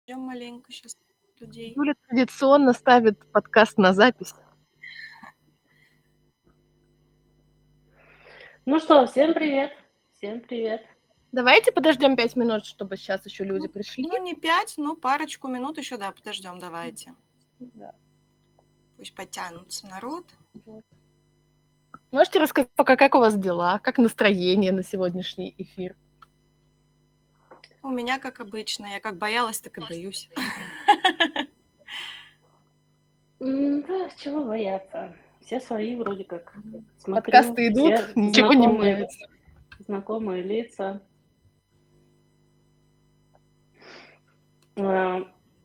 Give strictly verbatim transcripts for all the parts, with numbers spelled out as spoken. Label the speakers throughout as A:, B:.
A: Ждем маленько сейчас людей.
B: Юля традиционно ставит подкаст на запись.
C: Ну что, всем привет. Всем привет.
B: Давайте подождем пять минут, чтобы сейчас еще люди
A: Ну,
B: пришли.
A: ну, не пять, ну, парочку минут еще, да, подождем, давайте.
C: Да.
A: Пусть подтянутся народ.
B: Можете рассказать пока, как у вас дела, как настроение на сегодняшний эфир?
A: У меня, как обычно, я как боялась, так и боюсь.
C: М, Да, чего бояться? Все свои вроде как. Смотрю,
B: Подкасты идут,
C: все
B: ничего не
C: знакомые,
B: меняется.
C: знакомые лица. А,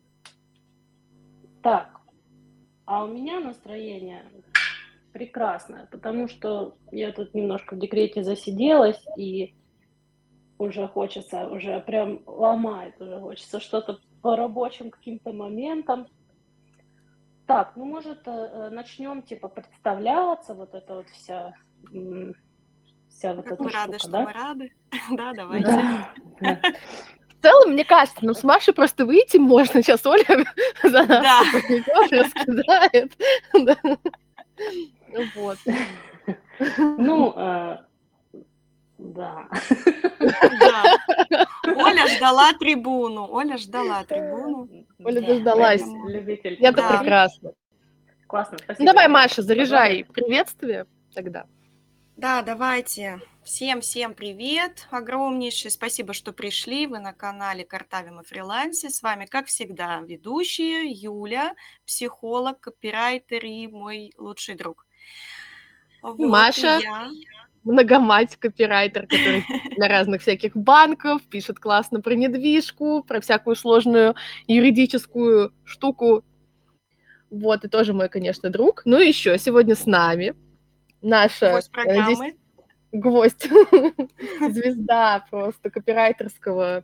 C: Так, а у меня настроение прекрасное, потому что я тут немножко в декрете засиделась, и уже хочется, уже прям ломает, уже хочется что-то по рабочим каким-то моментам. Так, ну, может, начнем, типа, представляться, вот это вот вся, м, вся вот
A: Как
C: эта
A: мы рады,
C: штука,
A: что
C: да?
A: мы рады. Да, давайте.
C: Да, да.
B: В целом, мне кажется, ну с Машей просто выйти можно. Сейчас Оля за нас
A: Да.
B: все пойдет, раскидает. Да. Вот.
C: Ну, э, да.
A: Да. Оля ждала трибуну. Оля ждала трибуну.
B: Оля
C: Да,
B: дождалась.
A: Поэтому-
C: любитель
B: Это
A: Да.
C: поговорить.
B: прекрасно.
C: Классно,
B: Ну
C: спасибо.
B: давай,
C: ребята,
B: Маша,
C: что
B: заряжай
C: позвали.
B: приветствие тогда.
A: Да, давайте. Всем-всем привет. Огромнейшее спасибо, что пришли. Вы на канале Картавим о фрилансе. С вами, как всегда, ведущая Юля, психолог, копирайтер и мой лучший друг. Вот,
B: И Маша,
A: и я.
B: многомать копирайтер, который для разных всяких банков пишет классно про недвижку, про всякую сложную юридическую штуку. Вот, и тоже мой, конечно, друг. Ну и еще сегодня с нами наша,
A: Гвоздь
B: я надеюсь,
A: программы.
B: гвоздь, звезда просто копирайтерского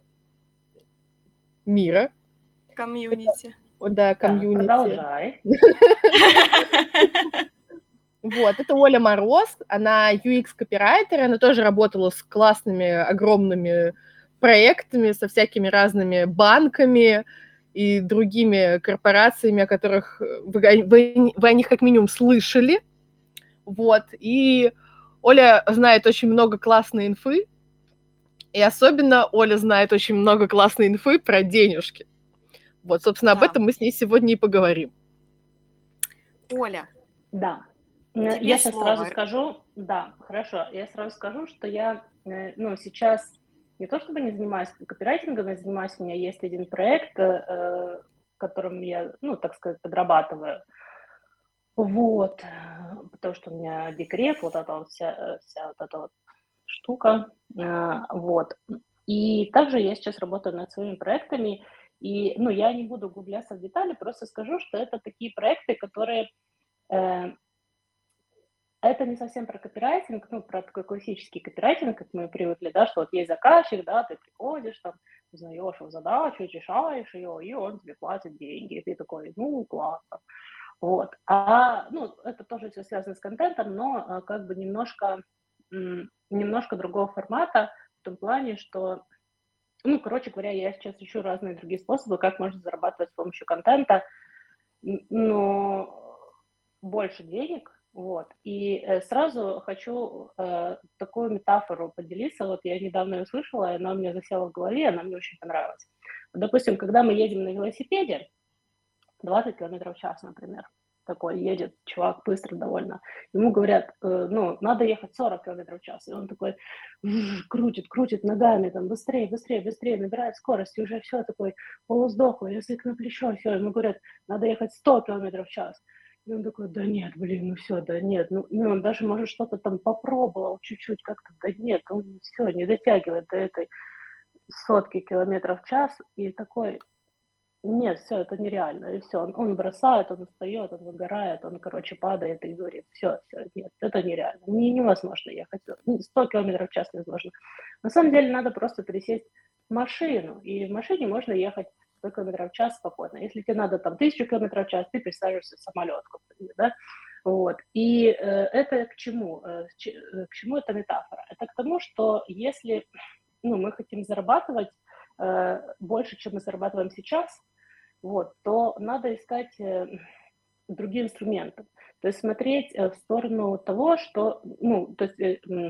B: мира.
A: Комьюнити.
B: Да,
C: Так,
B: комьюнити.
C: продолжай.
B: Вот, это Оля Мороз, она ю экс-копирайтер, она тоже работала с классными, огромными проектами, со всякими разными банками и другими корпорациями, о которых вы, вы, вы о них как минимум слышали. Вот, и Оля знает очень много классной инфы, и особенно Оля знает очень много классной инфы про денежки. Вот, собственно, об
A: Да.
B: этом мы с ней сегодня и поговорим.
A: Оля,
C: Да.
A: тебе
C: Я сейчас
A: слово.
C: сразу скажу, да, хорошо, я сразу скажу, что я, э, ну, сейчас не то чтобы не занимаюсь копирайтингом, я занимаюсь, у меня есть один проект, э, которым я, ну, так сказать, подрабатываю. Вот, потому что у меня декрет, вот эта вот вся, вся вот эта вот штука, э, вот. И также я сейчас работаю над своими проектами, и, ну, я не буду углубляться в детали, просто скажу, что это такие проекты, которые э, это не совсем про копирайтинг, ну, про такой классический копирайтинг, как мы привыкли, да, что вот есть заказчик, да, ты приходишь, там, узнаешь его задачу, решаешь ее, и он тебе платит деньги, и ты такой, ну, классно, вот. А, ну, это тоже все связано с контентом, но как бы немножко, немножко другого формата, в том плане, что, ну, короче говоря, я сейчас ищу разные другие способы, как можно зарабатывать с помощью контента, но больше денег. Вот. И э, сразу хочу э, такую метафору поделиться. Вот я недавно ее услышала, и она у меня засела в голове, она мне очень понравилась. Вот, допустим, когда мы едем на велосипеде, двадцать километров в час, например, такой едет чувак быстро довольно. Ему говорят, э, ну, надо ехать сорок километров в час. И он такой крутит, крутит ногами, там, быстрее, быстрее, быстрее, набирает скорость, и уже все такой полусдохлый, язык на плечо, все. Ему говорят, надо ехать сто километров в час. И он такой, да нет, блин, ну все, да нет. Ну, ну он даже, может, что-то там попробовал чуть-чуть как-то, да нет, он все, не дотягивает до этой сотки километров в час. И такой, нет, все, это нереально. И все, он, он бросает, он устает, он выгорает, он, короче, падает и говорит, все, все, нет, это нереально. Не, невозможно ехать. сто километров в час невозможно. На самом деле надо просто пересесть в машину, и в машине можно ехать сто километров в час спокойно. Если тебе надо там тысячу километров в час, ты пересаживаешься в самолет, да? Вот. И э, это к чему? Э, к чему эта метафора? Это к тому, что если, ну, мы хотим зарабатывать э, больше, чем мы зарабатываем сейчас, вот, то надо искать э, другие инструменты. То есть смотреть э, в сторону того, что, ну, то есть э, м,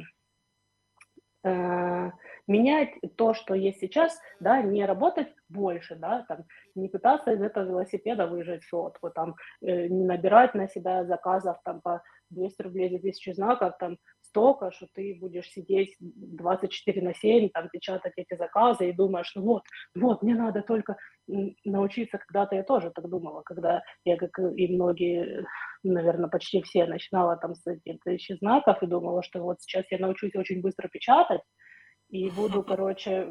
C: э, менять то, что есть сейчас, да, не работать больше, да, там, не пытаться из этого велосипеда выжать сотку, там, э, не набирать на себя заказов там по двести рублей за тысячу знаков, там, столько, что ты будешь сидеть двадцать четыре на семь, там, печатать эти заказы и думаешь, ну вот, вот, мне надо только м, научиться, когда-то я тоже так думала, когда я, как и многие, наверное, почти все, начинала там с этих тысячи знаков и думала, что вот сейчас я научусь очень быстро печатать, и буду, короче,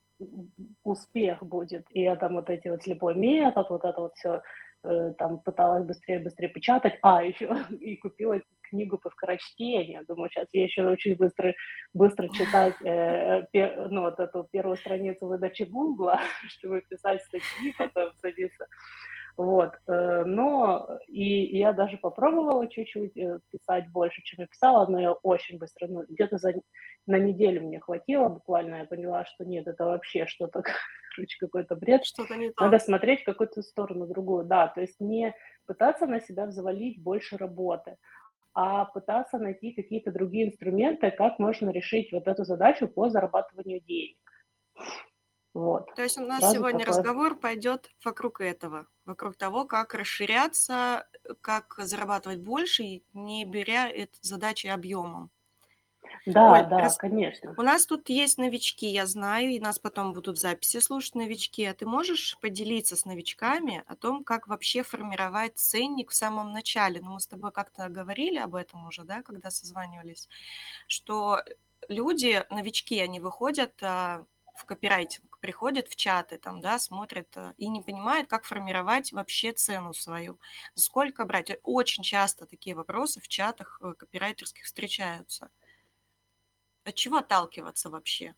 C: успех будет. И я там вот эти вот слепой метод, вот это вот все там пыталась быстрее, быстрее печатать. А, еще и купила книгу по скорочтению. Думаю, сейчас я еще научусь быстро, быстро читать э, пер, ну, вот эту первую страницу выдачи Гугла, чтобы писать статьи, потом садиться. Вот, э, но и я даже попробовала чуть-чуть э, писать больше, чем я писала, но я очень быстро, ну, где-то за, на неделю мне хватило буквально, я поняла, что нет, это вообще что-то, короче, какой-то бред.
A: Что-то не то.
C: Надо смотреть в какую-то сторону другую, да, то есть не пытаться на себя взвалить больше работы, а пытаться найти какие-то другие инструменты, как можно решить вот эту задачу по зарабатыванию денег. Вот.
A: То есть у нас
C: Сразу
A: сегодня
C: такое.
A: разговор пойдет вокруг этого, вокруг того, как расширяться, как зарабатывать больше, не беря эту задачу объемом.
C: Да,
A: Оль,
C: да,
A: рас-
C: конечно.
A: у нас тут есть новички, я знаю, и нас потом будут в записи слушать новички. А ты можешь поделиться с новичками о том, как вообще формировать ценник в самом начале? Ну, мы с тобой как-то говорили об этом уже, да, когда созванивались, что люди, новички, они выходят а, в копирайтинг, приходят в чаты, там, да, смотрят а, и не понимают, как формировать вообще цену свою, сколько брать. Очень часто такие вопросы в чатах э, копирайтерских встречаются. От чего отталкиваться вообще?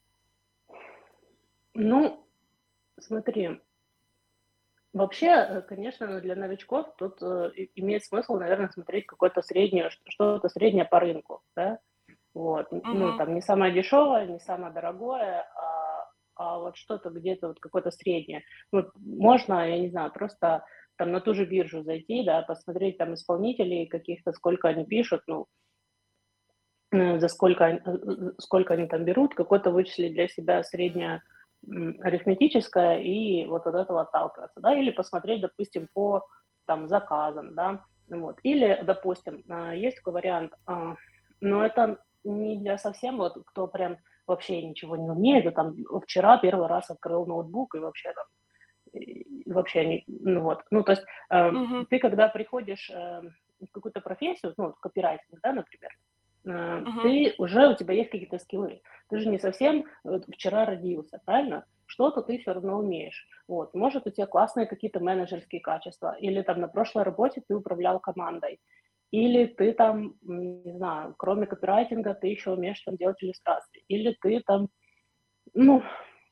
C: Ну, смотри, вообще, э, конечно, для новичков тут э, и- имеет смысл, наверное, смотреть какое-то среднее, ш- что-то среднее по рынку, да, вот, Н- ну,
A: Мгм.
C: там, не самое дешевое, не самое дорогое, а, а вот что-то где-то вот какое-то среднее. Ну, можно, я не знаю, просто там на ту же биржу зайти, да, посмотреть там исполнителей каких-то, сколько они пишут, ну, э, за сколько, они- э, э, сколько они там берут, какое-то вычислить для себя среднее м, арифметическое и вот от этого отталкиваться, да, или посмотреть, допустим, по там заказам, да, вот, или, допустим, а, есть такой вариант, а, но это не для совсем вот, кто прям вообще ничего не умеет, и там вчера первый раз открыл ноутбук и вообще там, и вообще не, ну вот, ну то есть э,
A: Мгм.
C: ты когда приходишь э, в какую-то профессию, ну, в копирайтинг, да, например, э,
A: Мгм.
C: ты уже, у тебя есть какие-то скиллы. Ты же не совсем вот, вчера родился, правильно? Что-то ты все равно умеешь. Вот. Может, у тебя классные какие-то менеджерские качества, или там на прошлой работе ты управлял командой, или ты там, м, не знаю, кроме копирайтинга, ты еще умеешь там делать иллюстрации, или ты там, ну,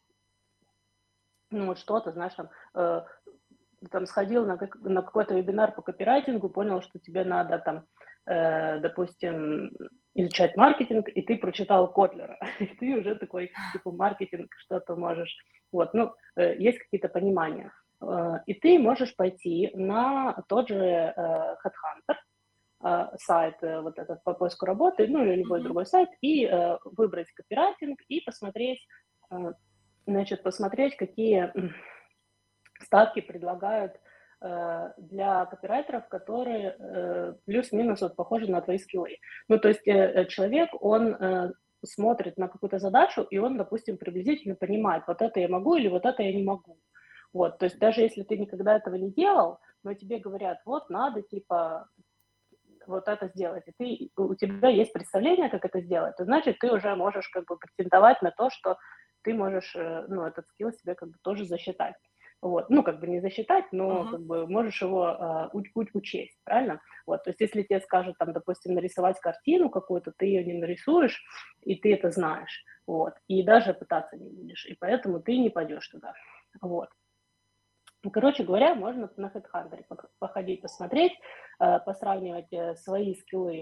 C: ну вот что-то, знаешь, там, э, там сходил на, как, на какой-то вебинар по копирайтингу, понял, что тебе надо там, э, допустим, изучать маркетинг, и ты прочитал Котлера, и ты уже такой, типа, маркетинг, что-то можешь. Вот, ну, э, есть какие-то понимания. Э, и ты можешь пойти на тот же э, HeadHunter, э, сайт э, вот этот по поиску работы, ну, или любой
A: Мгм.
C: другой сайт, и э, выбрать копирайтинг и посмотреть, э, значит, посмотреть, какие ставки предлагают э, для копирайтеров, которые э, плюс-минус вот похожи на твои скиллы. Ну, то есть э, человек, он э, смотрит на какую-то задачу, и он, допустим, приблизительно понимает, вот это я могу или вот это я не могу. Вот, то есть даже если ты никогда этого не делал, но тебе говорят, вот надо, типа, вот это сделать, и ты, у тебя есть представление, как это сделать, то значит, ты уже можешь как бы претендовать на то, что ты можешь, э, ну, этот скилл себе как бы тоже засчитать. Вот. Ну, как бы не засчитать, но
A: Мгм.
C: как бы можешь его э, у- у- учесть, правильно? Вот, то есть если тебе скажут, там, допустим, нарисовать картину какую-то, ты ее не нарисуешь, и ты это знаешь, вот, и даже пытаться не будешь, и поэтому ты не пойдешь туда, вот. Ну, короче говоря, можно на HeadHunter походить, посмотреть, э, посравнивать э, свои скиллы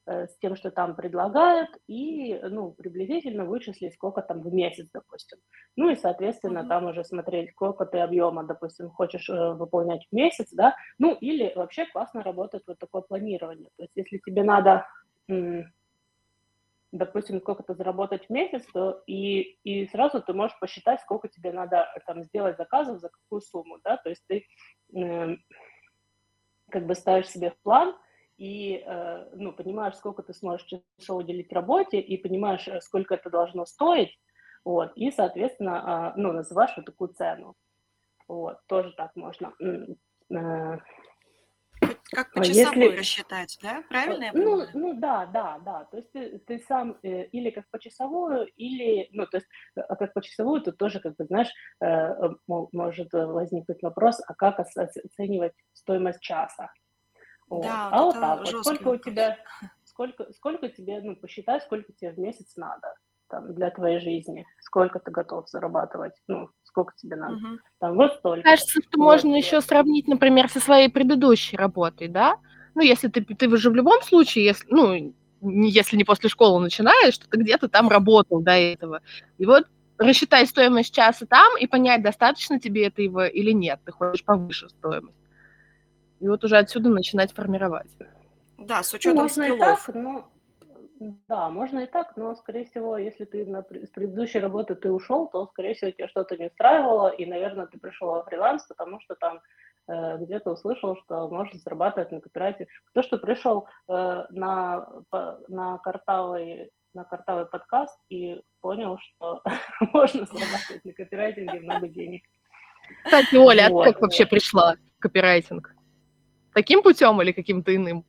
C: э, с тем, что там предлагают, и, ну, приблизительно вычислить, сколько там в месяц, допустим. Ну и, соответственно,
A: Мгм.
C: там уже смотреть, сколько ты объема, допустим, хочешь э, выполнять в месяц, да. Ну или вообще классно работает вот такое планирование. То есть если тебе надо, м, допустим, сколько-то заработать в месяц, то и, и сразу ты можешь посчитать, сколько тебе надо э, там сделать заказов, за какую сумму, да. То есть ты м, как бы ставишь себе в план и, э, ну, понимаешь, сколько ты сможешь часов уделить работе, и понимаешь, э, сколько это должно стоить, вот, и, соответственно, а, ну, называешь вот такую цену. Вот, тоже так можно. М, э,
A: По- Как
C: а
A: почасовую
C: Если,
A: рассчитать, да?
C: э,
A: Правильно я
C: ну,
A: понимаю?
C: ну да, да, да, то есть ты, ты сам э, или как почасовую, или, ну, то есть э, а как почасовую, тут тоже, как бы, знаешь, э, э, мо- может э, возникнуть вопрос, а как оц- оц- оценивать стоимость часа? Вот.
A: Да, вот
C: А вот
A: это
C: так вот,
A: жесткий
C: сколько у
A: вопрос.
C: тебя, сколько, сколько тебе, ну, посчитай, сколько тебе в месяц надо там, для твоей жизни, сколько ты готов зарабатывать, ну, сколько тебе надо.
A: Мгм.
C: Там вот столько.
B: Кажется, что
C: Вот.
B: можно еще сравнить, например, со своей предыдущей работой, да? Ну, если ты, ты же в любом случае, если, ну, не- если не после школы начинаешь, то ты где-то там работал до этого. И вот рассчитай стоимость часа там и понять, достаточно тебе этого или нет. Ты хочешь повыше стоимость. И вот уже отсюда начинать формировать.
A: Да, с
C: Ну,
A: учетом
C: можно и так,
A: скиллов.
C: но да, можно и так, но, скорее всего, если ты на, пре- с предыдущей работы ты ушел, то, скорее всего, тебя что-то не устраивало, и, наверное, ты пришел во фриланс, потому что там э, где-то услышал, что можно зарабатывать на копирайте. То, что пришел э, на, по- на картавый на картавый подкаст и понял, что можно зарабатывать на копирайтинге много денег.
B: Кстати, Оля, а ты
C: Вот.
B: как вообще пришла в копирайтинг? Таким путем или каким-то иным?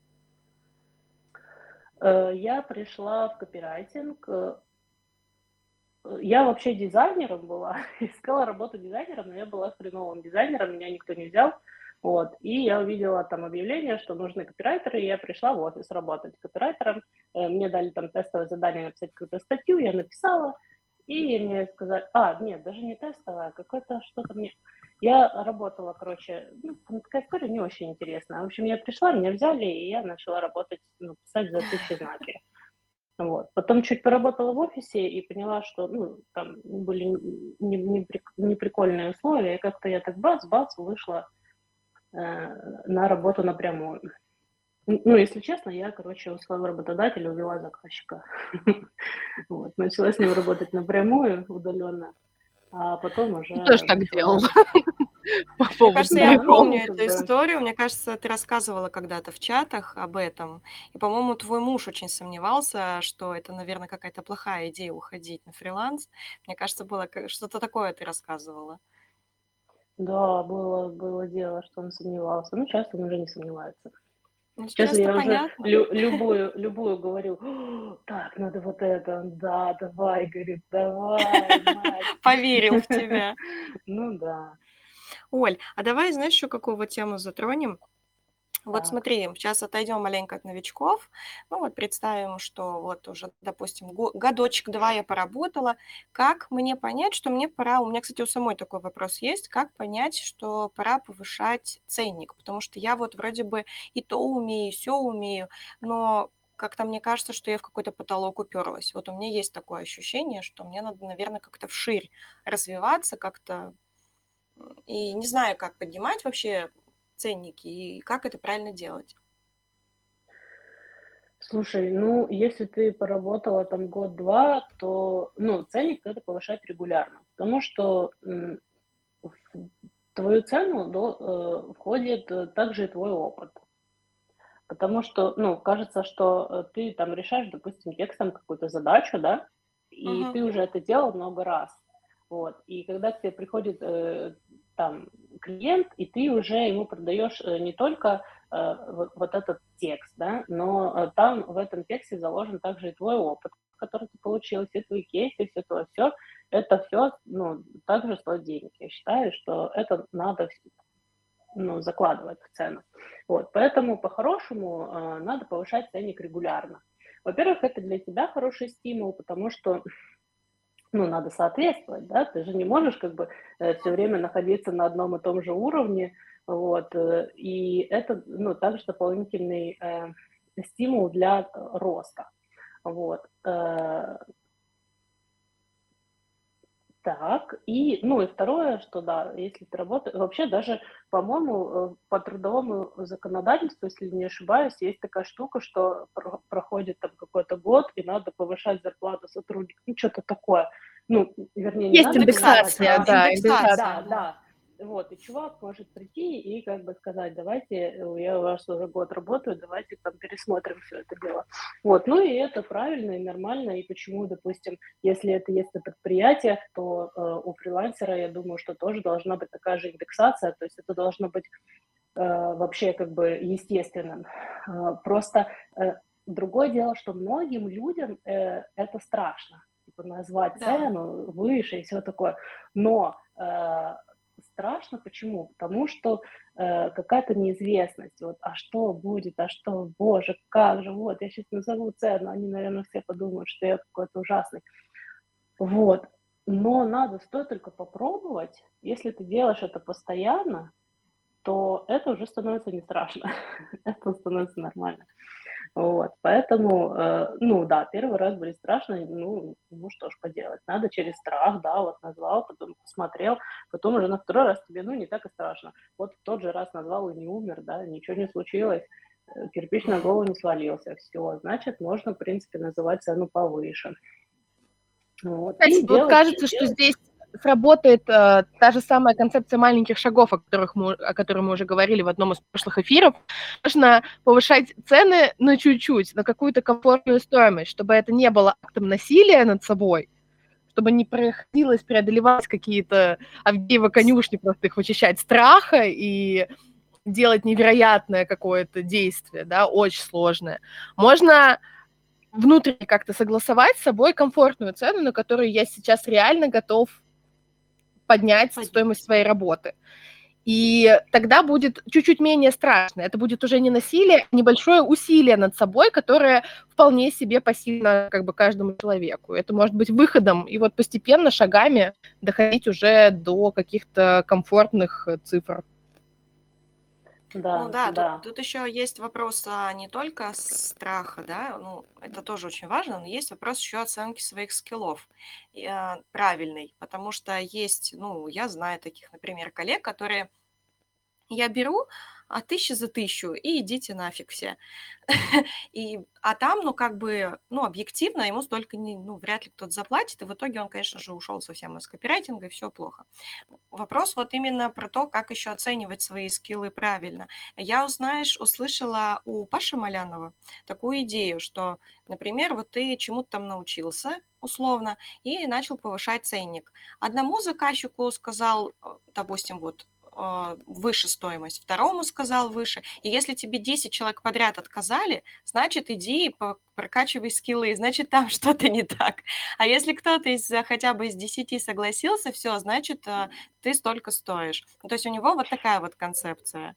C: Э, Я пришла в копирайтинг. э, Я вообще дизайнером была, искала работу дизайнером, но я была хреновым дизайнером, меня никто не взял. Вот. И я увидела там объявление, что нужны копирайтеры, и я пришла в офис работать копирайтером. Э, Мне дали там тестовое задание написать какую-то статью, я написала, и мне сказали, а, нет, даже не тестовое, какое-то что-то мне... Я работала, короче, ну, там такая история не очень интересная. В общем, я пришла, меня взяли, и я начала работать, ну, писать зацикливающие знаки. Вот. Потом чуть поработала в офисе и поняла, что, ну, там были не, не, прик- не прикольные условия, и как-то я так бац-бац вышла э, на работу напрямую. Н- Ну, если честно, я, короче, у своего работодателя увела заказчика. Вот. Начала с ним работать напрямую, удаленно, а потом уже
B: Я тоже так
C: начала...
B: делала по
A: Мне
B: поводу
A: кажется, я
C: Да,
B: знакомых.
C: ну,
A: помню
C: как
A: эту
C: бы...
A: историю. Мне кажется, ты рассказывала когда-то в чатах об этом. И, по-моему, твой муж очень сомневался, что это, наверное, какая-то плохая идея уходить на фриланс. Мне кажется, было ка- что-то такое ты рассказывала.
C: Да, было, было дело, что он сомневался. Ну, сейчас он уже не сомневается.
A: Ну,
C: Сейчас
A: сейчас-то
C: я уже
A: понятно.
C: лю- любую, любую говорю, «О, так, надо вот это, он, да, давай, говорит, давай, Макс.
A: Поверил в тебя.
C: Ну да,
A: Оль, а давай, знаешь, еще какую вот тему затронем? Вот
C: так.
A: смотри, сейчас отойдем маленько от новичков. Ну вот представим, что вот уже, допустим, го- годочек-два я поработала. Как мне понять, что мне пора... У меня, кстати, у самой такой вопрос есть. Как понять, что пора повышать ценник? Потому что я вот вроде бы и то умею, и все умею, но как-то мне кажется, что я в какой-то потолок уперлась. Вот у меня есть такое ощущение, что мне надо, наверное, как-то вширь развиваться, как-то и не знаю, как поднимать вообще ценники и как это правильно делать.
C: Слушай, ну, если ты поработала там год-два, то, ну, ценник надо повышать регулярно, потому что м, в твою цену до- э, входит э, также и твой опыт. Потому что, ну, кажется, что э, ты там решаешь, допустим, текстом какую-то задачу, да, и
A: Мгм.
C: ты уже это делал много раз. Вот. И когда к тебе приходит э, там клиент, и ты уже ему продаешь э, не только э, вот, вот этот текст, да, но э, там в этом тексте заложен также и твой опыт, который ты получил, все твои кейсы, все твое, все. Это все, ну, также стоит денег. Я считаю, что это надо ну, закладывать в цену. Вот, поэтому по-хорошему э, надо повышать ценник регулярно. Во-первых, это для тебя хороший стимул, потому что, ну, надо соответствовать, да, ты же не можешь как бы э, все время находиться на одном и том же уровне, вот, э, и это, ну, также дополнительный э, стимул для э, роста. Вот. Э, Так, и, ну, и второе, что да, если ты работаешь, вообще даже, по-моему, э, по трудовому законодательству, если не ошибаюсь, есть такая штука, что про- проходит там какой-то год, и надо повышать зарплату сотрудников, ну, что-то такое. Ну, вернее, не
B: Есть
C: надо повышать,
B: индексация,
A: Индексация,
C: а
B: да,
A: индексация,
C: да,
B: индексация.
A: да.
C: да. Вот, и чувак может прийти и как бы сказать, давайте, э, я у вас уже год работаю, давайте там пересмотрим все это дело. Вот, ну и это правильно и нормально, и почему, допустим, если это есть на предприятиях, то э, у фрилансера, я думаю, что тоже должна быть такая же индексация, то есть это должно быть э, вообще как бы естественным. Э, просто э, другое дело, что многим людям э, это страшно, типа назвать
A: Да.
C: цену выше и все такое, но э, страшно почему? Потому что э, какая-то неизвестность, вот, а что будет, а что, боже, как же, вот, я сейчас назову цену, они, наверное, все подумают, что я какой-то ужасный. Вот. Но надо, стоит только попробовать. Если ты делаешь это постоянно, то это уже становится не страшно. Это становится нормально. Вот. Поэтому, э, ну да, первый раз будет страшно, ну, ну что ж поделать. Надо через страх, да, вот назвал, потом посмотрел, потом уже на второй раз тебе, ну, не так и страшно. Вот в тот же раз назвал и не умер, да, ничего не случилось, э, кирпич на голову не свалился, все, значит, можно, в принципе, называть цену повыше. Вот.
B: Кстати,
C: И
B: вот
C: делать,
B: кажется, что
C: делать
B: здесь сработает э, та же самая концепция маленьких шагов, о которых мы, о которых мы уже говорили в одном из прошлых эфиров. Можно повышать цены на чуть-чуть, на какую-то комфортную стоимость, чтобы это не было актом насилия над собой, чтобы не приходилось преодолевать какие-то Авгиева конюшни, просто их вычищать страха и делать невероятное какое-то действие, да, очень сложное. Можно внутренне как-то согласовать с собой комфортную цену, на которую я сейчас реально готов поднять
A: Поднять.
B: стоимость своей работы. И тогда будет чуть-чуть менее страшно. Это будет уже не насилие, а небольшое усилие над собой, которое вполне себе посильно как бы каждому человеку. Это может быть выходом, и вот постепенно, шагами доходить уже до каких-то комфортных цифр.
C: Да,
A: Ну да, тут,
C: да.
A: тут еще есть вопрос а, не только страха, да, ну это тоже очень важно, но есть вопрос еще оценки своих скиллов и, а, правильной, потому что есть, ну я знаю таких, например, коллег, которые я беру, а тысяча за тысячу, и идите нафиг все. И, а там, ну, как бы, ну, объективно ему столько, не, ну, вряд ли кто-то заплатит, и в итоге он, конечно же, ушел совсем из копирайтинга, и все плохо. Вопрос вот именно про то, как еще оценивать свои скиллы правильно. Я, узнаешь, услышала у Паши Малянова такую идею, что, например, вот ты чему-то там научился, условно, и начал повышать ценник. Одному заказчику сказал, э, допустим, вот, э, выше стоимость, второму сказал выше. И если тебе десять человек подряд отказали, значит, иди и по- прокачивай скиллы, значит, там что-то не так. А если кто-то из э, хотя бы из десяти согласился, все, значит, э, ты столько стоишь. Ну, то есть у него вот такая вот концепция.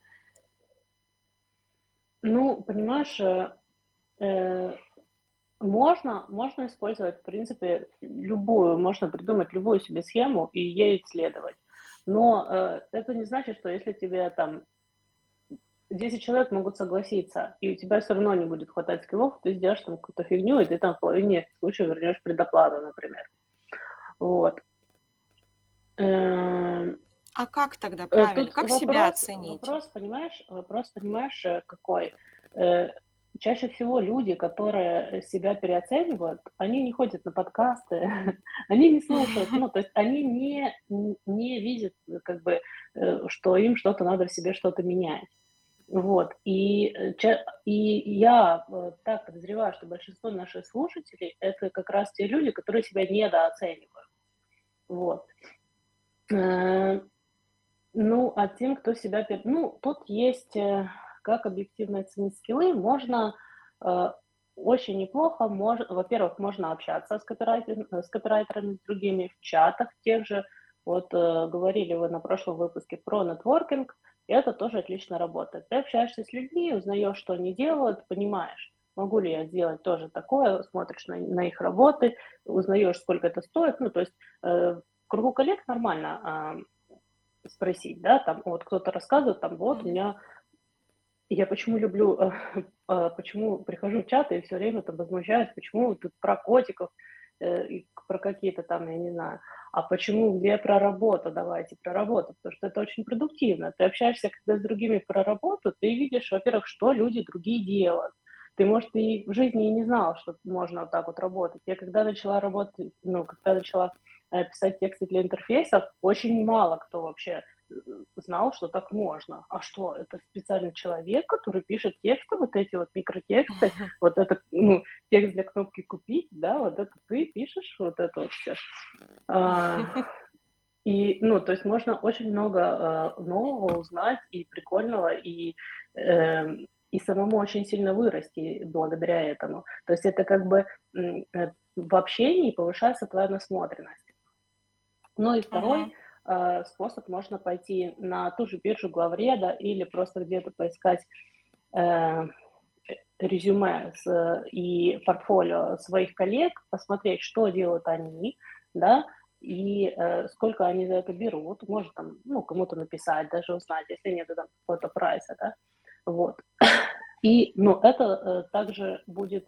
C: Ну, понимаешь, э, э, можно, можно использовать, в принципе, любую, можно придумать любую себе схему и ей следовать. Но э, это не значит, что если тебе там десять человек могут согласиться, и у тебя все равно не будет хватать скиллов, ты сделаешь там какую-то фигню, и ты там в половине случаев вернешь предоплату, например. Вот. Эм,
A: А как тогда
C: э,
A: правильно?
C: Тут
A: Как себя
C: вопрос,
A: оценить?
C: вопрос, понимаешь, вопрос, понимаешь, э, какой? Э, Чаще всего люди, которые себя переоценивают, они не ходят на подкасты, они не слушают, ну, то есть они не, не видят, э, как бы, э, что им что-то надо в себе что-то менять. Вот. И, э, ча- и я э, так подозреваю, что большинство наших слушателей это как раз те люди, которые себя недооценивают. Вот. Э, Ну, а тем, кто себя... пер- Ну, тут есть, э, как объективно оценить скиллы, можно э, очень неплохо, мож... во-первых, можно общаться с, копирайтер... с копирайтерами, с другими в чатах тех же. Вот э, говорили вы на прошлом выпуске про нетворкинг, и это тоже отлично работает. Ты общаешься с людьми, узнаешь, что они делают, понимаешь, могу ли я сделать тоже такое, смотришь на, на их работы, узнаешь, сколько это стоит. Ну, то есть э, в кругу коллег нормально а, спросить, да, там вот кто-то рассказывает, там вот у
A: Мгм.
C: меня я почему люблю, э, э, почему прихожу в чат и все время там возмущаюсь, почему тут про котиков, э, и про какие-то там, я не знаю, а почему, где про работу, давайте про работу, потому что это очень продуктивно. Ты общаешься когда с другими про работу, ты видишь, во-первых, что люди другие делают. Ты, может, и в жизни и не знал, что можно вот так вот работать. Я когда начала работать, ну, когда начала э, писать тексты для интерфейсов, очень мало кто вообще э, знал, что так можно. А что, это специальный человек, который пишет тексты, вот эти вот микротексты, вот это, ну, текст для кнопки «Купить», да, вот это ты пишешь, вот это вот все. И, ну, то есть можно очень много э, нового узнать и прикольного, и, э, и самому очень сильно вырасти благодаря этому. То есть это как бы м, э, в общении повышается твоя насмотренность. Ну и второй
A: Мгм.
C: э, способ, можно пойти на ту же биржу главреда или просто где-то поискать э, резюме с, и портфолио своих коллег, посмотреть, что делают они, да, и э, сколько они за это берут, может там, ну, кому-то написать, даже узнать, если нет там какого-то прайса, да, вот. И, ну, это э, также будет,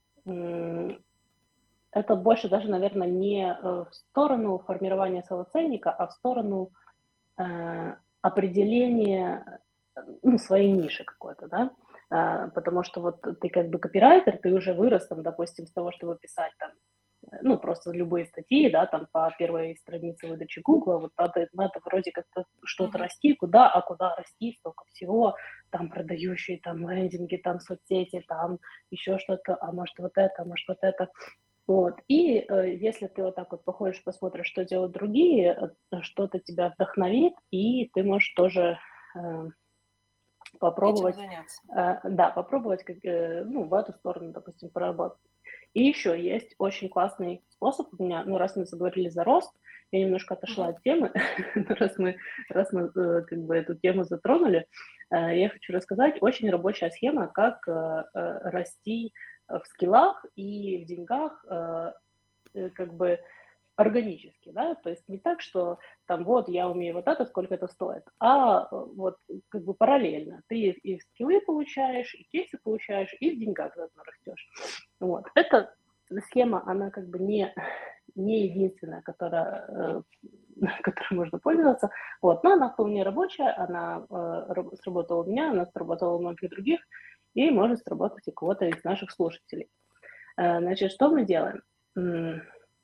C: м, это больше даже, наверное, не э, в сторону формирования своего ценника, а в сторону э, определения, э, ну, своей ниши какой-то, да, А, потому что вот ты как бы копирайтер, ты уже вырос, там, допустим, с того, чтобы писать там, э, ну, просто любые статьи, да, там, по первой странице выдачи Гугла, вот надо, надо вроде как-то что-то
A: Мгм.
C: расти, куда, а куда расти, столько всего, там, продающие, там, лендинги, там, соцсети, там, еще что-то, а может вот это, а может вот это, вот. И э, если ты вот так вот походишь, посмотришь, что делают другие, э, что-то тебя вдохновит, и ты можешь тоже э,
A: Этим
C: попробовать,
A: заняться.
C: э, да, попробовать как, э, ну, в эту сторону, допустим, поработать. И еще есть очень классный способ у меня, ну, раз мы заговорили за рост, я немножко отошла
A: Мгм.
C: от темы, но раз мы, раз мы э, как бы эту тему затронули, э, я хочу рассказать очень рабочая схема, как э, э, расти в скиллах и в деньгах, э, э, как бы органически, да, то есть не так, что там вот я умею вот это, сколько это стоит, а э, вот как бы параллельно. Ты и и скиллы получаешь, и кейсы получаешь, и в деньгах заодно растешь. Вот. Эта схема, она как бы не, не единственная, которая, э, которой можно пользоваться, вот, но она вполне рабочая, она э, раб- сработала у меня, она сработала у многих других, и может сработать у кого-то из наших слушателей. Э, Значит, что мы делаем? М,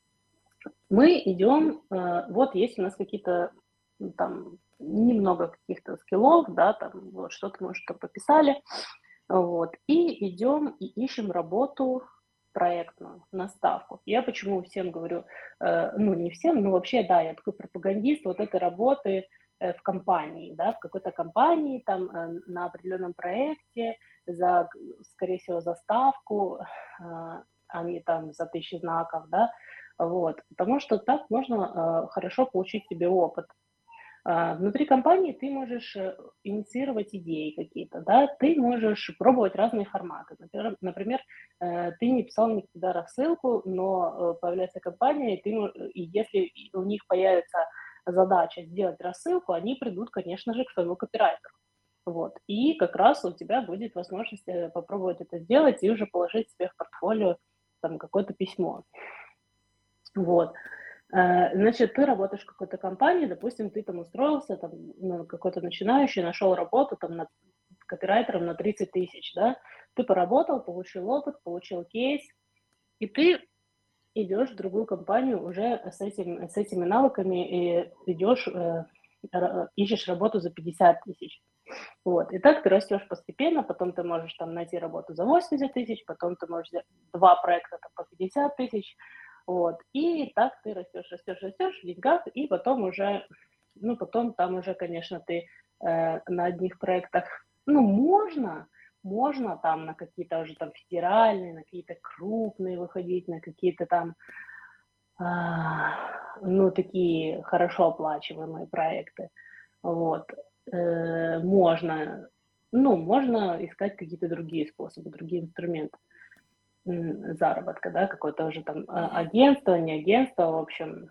C: Мы идем, э, вот есть у нас какие-то м, там немного каких-то скиллов, да, там вот что-то мы что пописали, вот, и идем и ищем работу проектную на ставку. Я почему всем говорю, э, ну не всем, но вообще, да, я такой пропагандист вот этой работы э, в компании, да, в какой-то компании, там, э, на определенном проекте, за, скорее всего, за ставку, э, а не там за тысячи знаков, да, вот, потому что так можно э, хорошо получить себе опыт. А, Внутри компании ты можешь э, инициировать идеи какие-то, да, ты можешь пробовать разные форматы. Например, например, э, ты не писал никогда рассылку, но э, появляется компания, и, ты, мо- и если у них появится задача сделать рассылку, они придут, конечно же, к своему копирайтеру. Вот. И как раз у тебя будет возможность э, попробовать это сделать и уже положить себе в портфолио там какое-то письмо. Вот. Э, Значит, ты работаешь в какой-то компании, допустим, ты там устроился, там, ну, какой-то начинающий, нашел работу там над копирайтером на тридцать тысяч, да, ты поработал, получил опыт, получил кейс, и ты идешь в другую компанию уже с, этим, с этими навыками и идешь, э, ра- ищешь работу за пятьдесят тысяч. Вот. И так ты растешь постепенно, потом ты можешь там найти работу за восемьдесят тысяч, потом ты можешь взять два проекта там, по пятьдесят тысяч, вот. И так ты растешь, растешь, растешь в деньгах, и потом уже, ну, потом там уже, конечно, ты э, на одних проектах, ну, можно, можно там на какие-то уже там федеральные, на какие-то крупные выходить, на какие-то там, а, ну, такие хорошо оплачиваемые проекты. Вот. Э, можно, ну, можно искать какие-то другие способы, другие инструменты м, заработка, да, какое-то уже там а,
A: Мгм.
C: агентство, не агентство, в общем.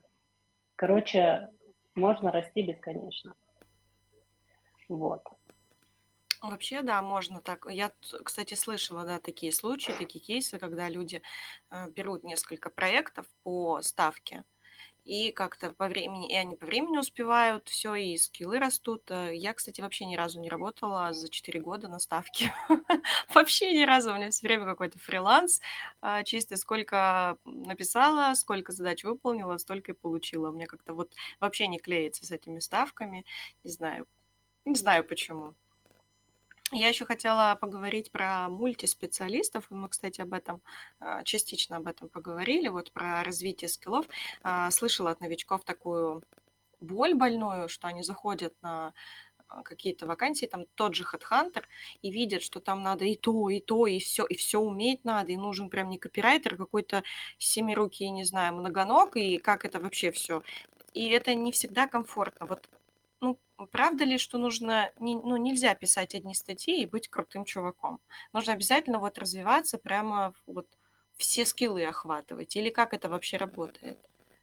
C: Короче, можно расти бесконечно. Вот.
A: Вообще, да, можно так. Я, т- кстати, слышала, да, такие случаи, такие кейсы, когда люди э, берут несколько проектов по ставке, и как-то по времени, и они по времени успевают, все, и скиллы растут. Э, Я, кстати, вообще ни разу не работала за четыре года на ставке. Вообще ни разу. У меня все время какой-то фриланс. а, Чисто сколько написала, сколько задач выполнила, столько и получила. У меня как-то вот вообще не клеится с этими ставками. Не знаю. Не знаю почему. Я еще хотела поговорить про мультиспециалистов. и Мы, кстати, об этом а, частично об этом поговорили, вот про развитие скиллов. А, Слышала от новичков такую боль больную, что они заходят на а, какие-то вакансии, там тот же HeadHunter, и видят, что там надо и то, и то, и все, и все уметь надо, и нужен прям не копирайтер, а какой-то семирукий, не знаю, многоног, и как это вообще все. И это не всегда комфортно. Вот ну, правда ли, что нужно, не, ну, нельзя писать одни статьи и быть крутым чуваком? Нужно обязательно вот развиваться, прямо вот все скиллы охватывать? Или как это вообще работает?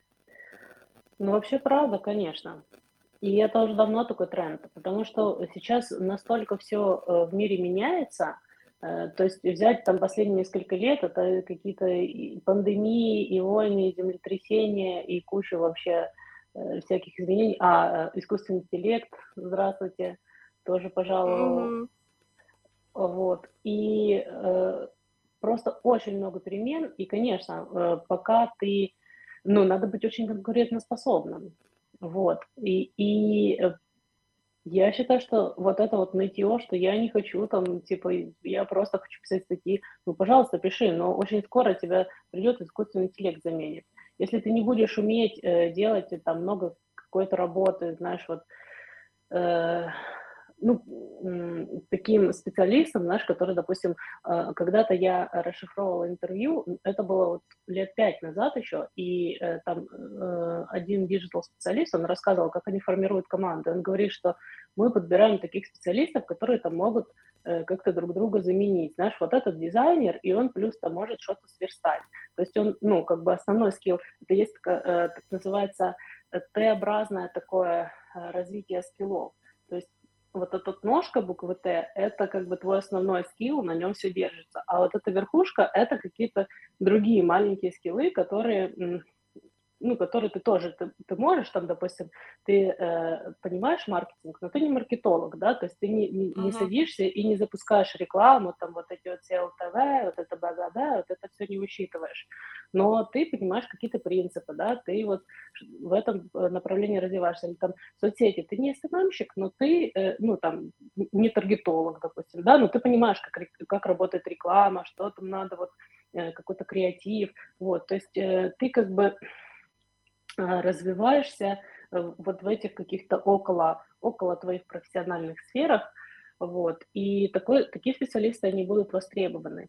C: Ну, вообще, правда, конечно. И это уже давно такой тренд, потому что сейчас настолько все в мире меняется, э, то есть взять там последние несколько лет, это какие-то и пандемии, и войны, и землетрясения, и куча вообще э, всяких изменений. А, э, искусственный интеллект, здравствуйте, тоже пожаловал.
A: Мгм.
C: Вот. И э, просто очень много перемен, и, конечно, э, пока ты, ну, надо быть очень конкурентоспособным. Вот. И, и э, я считаю, что вот это вот нытье, что я не хочу там, типа, я просто хочу писать статьи, ну, пожалуйста, пиши, но очень скоро тебя придет искусственный интеллект заменит. Если ты не будешь уметь э, делать э, там много какой-то работы, знаешь, вот э, ну, м, таким специалистом, знаешь, который, допустим, э, когда-то я расшифровывала интервью, м, это было вот лет пять назад еще, и э, там э, один диджитал-специалист, он рассказывал, как они формируют команду. Он говорит, что мы подбираем таких специалистов, которые там могут э, как-то друг друга заменить. Знаешь, вот этот дизайнер, и он плюс там может что-то сверстать. То есть он, ну, как бы основной скилл, это есть такая, э, так называется э, Т-образное такое э, развитие скиллов. То есть вот эта ножка буквы Т – это как бы твой основной скилл, на нем все держится. А вот эта верхушка – это какие-то другие маленькие скиллы, которые, м, ну, которые ты тоже, ты, ты можешь, там, допустим, ты э, понимаешь маркетинг, но ты не маркетолог, да, то есть ты не, не, не
A: Мгм.
C: садишься и не запускаешь рекламу, там, вот эти вот сео тэ вэ, вот это бла-бла-бла, вот это все не учитываешь. Но ты понимаешь какие-то принципы, да, ты вот в этом э, направлении развиваешься. Или там соцсети, ты не эс эм эм-щик, но ты, э, ну, там, не таргетолог, допустим, да, но ты понимаешь, как, как работает реклама, что там надо, вот, э, какой-то креатив, вот, то есть э, ты как бы а, развиваешься э, вот в этих каких-то около, около твоих профессиональных сферах, вот, и такой, такие специалисты, они будут востребованы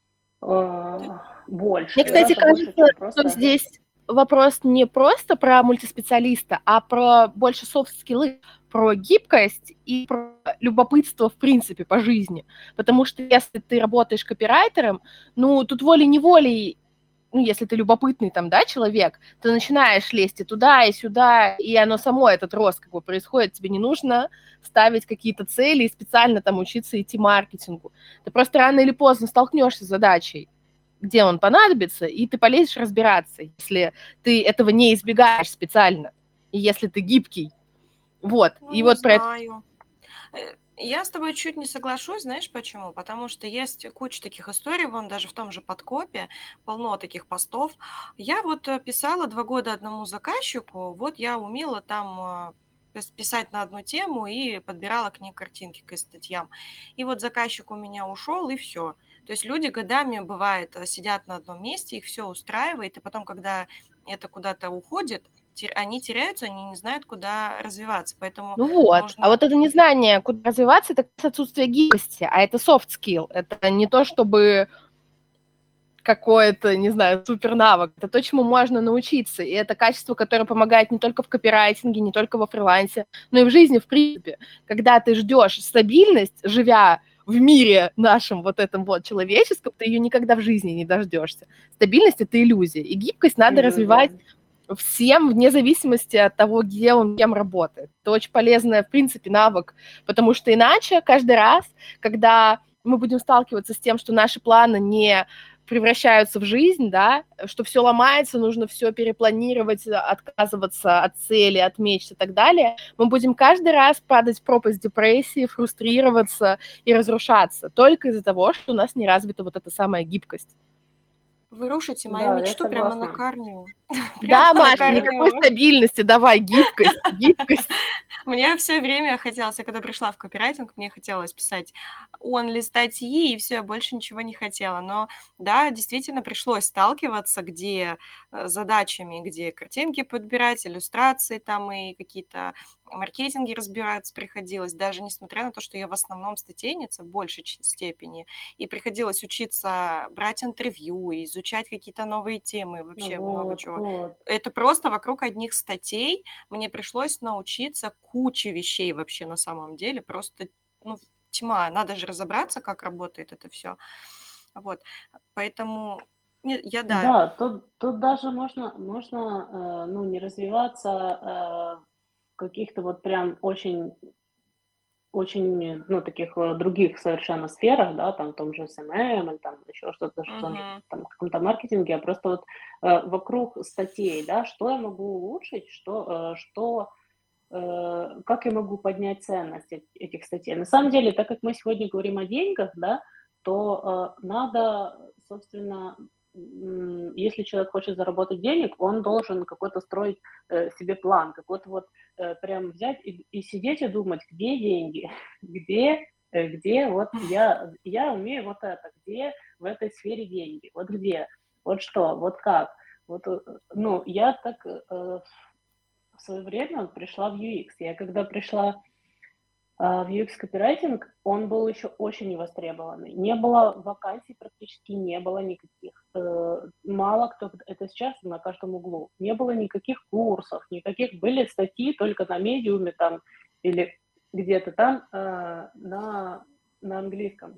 C: а, больше,
B: Мне, кстати,
C: гораздо больше,
B: кажется,
C: чем
B: что
C: просто...
B: здесь вопрос не просто про мультиспециалиста, а про больше софт-скиллы, про гибкость и про любопытство в принципе по жизни. Потому что если ты работаешь копирайтером, ну, тут волей-неволей, ну, если ты любопытный там, да, человек, ты начинаешь лезть и туда, и сюда, и оно само, этот рост как бы происходит. Тебе не нужно ставить какие-то цели и специально там учиться идти маркетингу. Ты просто рано или поздно столкнешься с задачей, где он понадобится, и ты полезешь разбираться, если ты этого не избегаешь специально, и если ты гибкий. Вот.
A: Ну,
B: И
A: не
B: вот про это...
A: знаю. Э, Я с тобой чуть не соглашусь, знаешь почему? Потому что есть куча таких историй, вон даже в том же подкопе полно таких постов. Я вот э, писала два года одному заказчику, вот я умела там э, пис- писать на одну тему и подбирала к ней картинки к статьям. И вот заказчик у меня ушел, и все. То есть люди годами, бывает, э, сидят на одном месте, их все устраивает, и потом, когда это куда-то уходит, те- они теряются, они не знают, куда развиваться. Поэтому
B: Ну вот. А
A: нужно...
B: вот это незнание, куда развиваться, это как раз отсутствие гибкости, а это soft skill. Это не то, чтобы какое-то, не знаю, супер навык. Это то, чему можно научиться. И это качество, которое помогает не только в копирайтинге, не только во фрилансе, но и в жизни в принципе. Когда ты ждешь стабильность, живя в мире нашем вот этом вот человеческом, ты ее никогда в жизни не дождешься. Стабильность – это иллюзия. И гибкость надо развивать
C: Иллюзия.
B: всем, вне зависимости от того, где он, кем работает. Это очень полезный, в принципе, навык, потому что иначе каждый раз, когда мы будем сталкиваться с тем, что наши планы не превращаются в жизнь, да, что все ломается, нужно все перепланировать, отказываться от цели, от мечт и так далее, мы будем каждый раз падать в пропасть депрессии, фрустрироваться и разрушаться только из-за того, что у нас не развита вот эта самая гибкость.
A: Вы рушите мою
C: Да, я
A: мечту прямо на
C: согласна.
A: корню.
B: Да,
A: Прямо на
B: Маша, никакой
A: корню.
B: стабильности, давай, гибкость, гибкость.
A: Мне все время хотелось, я когда пришла в копирайтинг, мне хотелось писать онли статьи, и все, я больше ничего не хотела. Но да, действительно пришлось сталкиваться, где э, задачами, где картинки подбирать, иллюстрации там и какие-то маркетинги разбираться приходилось, даже несмотря на то, что я в основном статейница в большей ч- степени, и приходилось учиться брать интервью, и изучать какие-то новые темы, вообще много
C: Вот,
A: чего.
C: вот.
A: Это просто вокруг одних статей мне пришлось научиться куче вещей вообще на самом деле, просто ну, тьма, надо же разобраться, как работает это все. Вот, поэтому не- я, да,
C: Да, тут, тут даже можно, можно э, ну, не развиваться э, в каких-то вот прям очень, очень, ну, таких э, других совершенно сферах, да, там, в том же эс эм эм или там еще что-то, в том же
A: мгм.
C: там, каком-то маркетинге, а просто вот э, вокруг статей, да, что я могу улучшить, что, э, что э, как я могу поднять ценность эт- этих статей. На самом деле, так как мы сегодня говорим о деньгах, да, то э, надо, собственно, м, если человек хочет заработать денег, он должен какой-то строить э, себе план, какой-то вот э, прям взять и, и сидеть и думать, где деньги, где, э, где вот я, я умею вот это, где в этой сфере деньги, вот где, вот что, вот как. Вот, э, ну, я так э, в свое время пришла в ю экс. Я когда пришла а, в ю экс-копирайтинг, он был еще очень невостребованный. Не было вакансий, практически не было никаких. Э, Мало кто, это сейчас на каждом углу. Не было никаких курсов, никаких, были статьи только на медиуме там или где-то там э, на, на английском.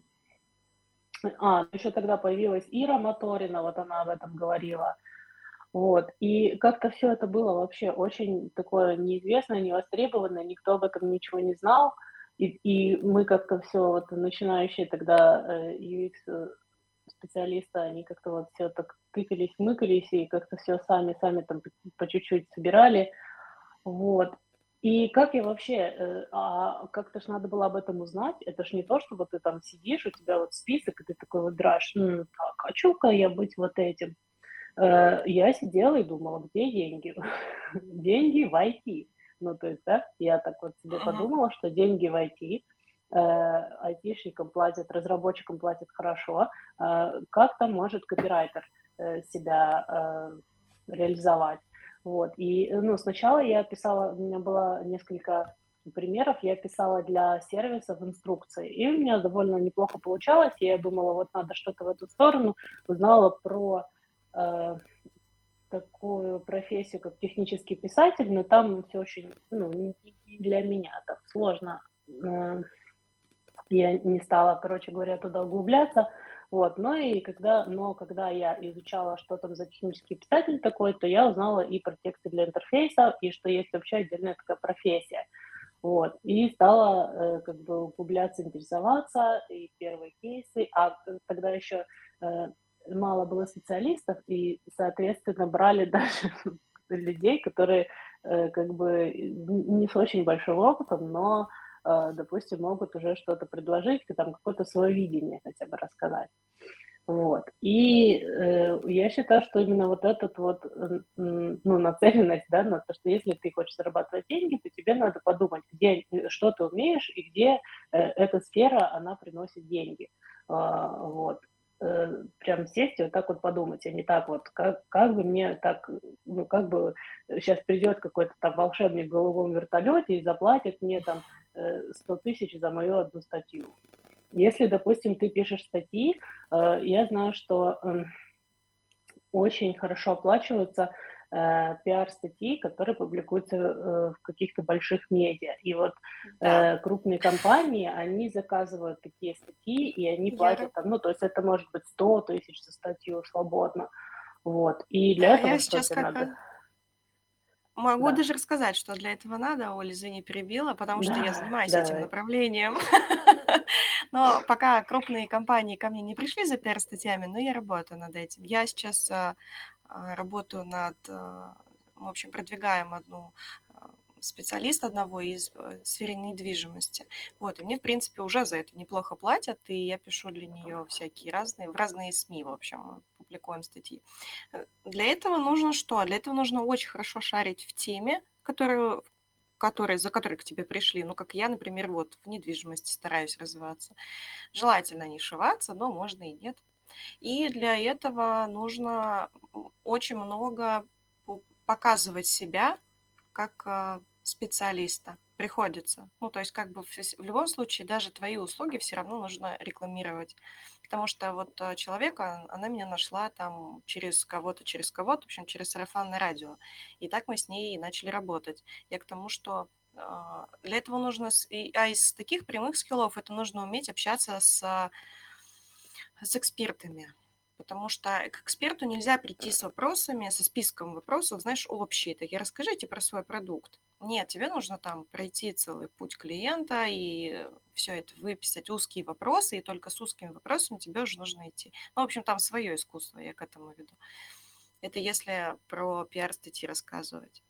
C: А, еще тогда появилась Ира Моторина, вот она об этом говорила. Вот. И как-то все это было вообще очень такое неизвестное, невостребованное, никто об этом ничего не знал. И, и мы как-то все вот начинающие тогда э, ю экс-специалисты, они как-то вот все так тыкались, мыкались, и как-то все сами, сами там по, по чуть-чуть собирали. Вот. И как я вообще, э, а как-то ж надо было об этом узнать, это ж не то, что вот ты там сидишь, у тебя вот список, и ты такой выбираешь, «М, так, хочу-ка я быть вот этим». Э, я сидела и думала, где деньги? Деньги в ай ти. Ну, то есть, да, я так вот себе
A: Мгм.
C: подумала, что деньги в ай ти, э, айтишникам платят, разработчикам платят хорошо. Э, Как там может копирайтер э, себя э, реализовать? Вот. И, э, ну, сначала я писала, у меня было несколько примеров, я писала для сервисов инструкции, и у меня довольно неплохо получалось, и я думала, вот надо что-то в эту сторону, узнала про э, такую профессию, как технический писатель, но там все очень, ну, не не для меня, так сложно. Э, Я не стала, короче говоря, туда углубляться. Вот. Но и когда, но когда я изучала, что там за технический писатель такой, то я узнала и про тексты для интерфейса, и что есть вообще отдельная такая профессия. Вот. И стала э, как бы углубляться, интересоваться, и первые кейсы, а тогда еще э, мало было специалистов, и, соответственно, брали даже людей, которые э, как бы не с очень большим опытом, но, э, допустим, могут уже что-то предложить, там какое-то свое видение хотя бы рассказать. Вот. И э, я считаю, что именно вот этот вот, э, м, ну, нацеленность, да, на то, что если ты хочешь зарабатывать деньги, то тебе надо подумать, где, э, что ты умеешь и где э, эта сфера, она приносит деньги. А, вот. Э, прям сесть и вот так вот подумать, а не так вот, как, как бы мне так, ну, как бы сейчас придет какой-то там волшебник в голубом вертолете и заплатит мне там э, сто тысяч за мою одну статью. Если, допустим, ты пишешь статьи, э, я знаю, что м, очень хорошо оплачиваются э, пиар-статьи, которые публикуются э, в каких-то больших медиа. И вот
A: Да,
C: э, крупные компании, они заказывают такие статьи, и они
A: я,
C: платят там, ну, то есть это может быть сто тысяч за статью свободно. Вот. И для
A: да, я
C: этого,
A: сейчас
C: кстати,
A: как раз
C: надо.
A: Могу
C: Да,
A: даже рассказать, что для этого надо. Оля, извини, перебила, потому что я
C: да,
A: занимаюсь этим
C: давай.
A: направлением. Но пока крупные компании ко мне не пришли за пиар-статьями, но я работаю над этим. Я сейчас а, а, работаю над, а, в общем, продвигаем одну а, специалиста одного из э, сферы недвижимости. Вот, и мне, в принципе, уже за это неплохо платят, и я пишу для нее всякие разные, в разные СМИ, в общем, мы публикуем статьи. Э, Для этого нужно что? Для этого нужно очень хорошо шарить в теме, которую, которые, за которой к тебе пришли. Ну, как я, например, вот в недвижимости стараюсь развиваться. Желательно не шиваться, но можно и нет. И для этого нужно м, очень много пу- показывать себя как а, специалиста. Приходится. Ну, то есть, как бы в, с- в любом случае, даже твои услуги все равно нужно рекламировать. Потому что вот а, человека, она меня нашла там через кого-то, через кого-то, в общем, через сарафанное радио. И так мы с ней и начали работать. Я к тому, что а, для этого нужно, с- и- а из таких прямых скиллов это нужно уметь общаться с а, с экспертами. Потому что к эксперту нельзя прийти с вопросами, со списком вопросов, знаешь, общие такие, расскажите про свой продукт. Нет, тебе нужно там пройти целый путь клиента и все это выписать, узкие вопросы, и только с узкими вопросами тебе уже нужно идти. Ну, в общем, там свое искусство, я к этому веду. Это если про пиар-статьи рассказывать.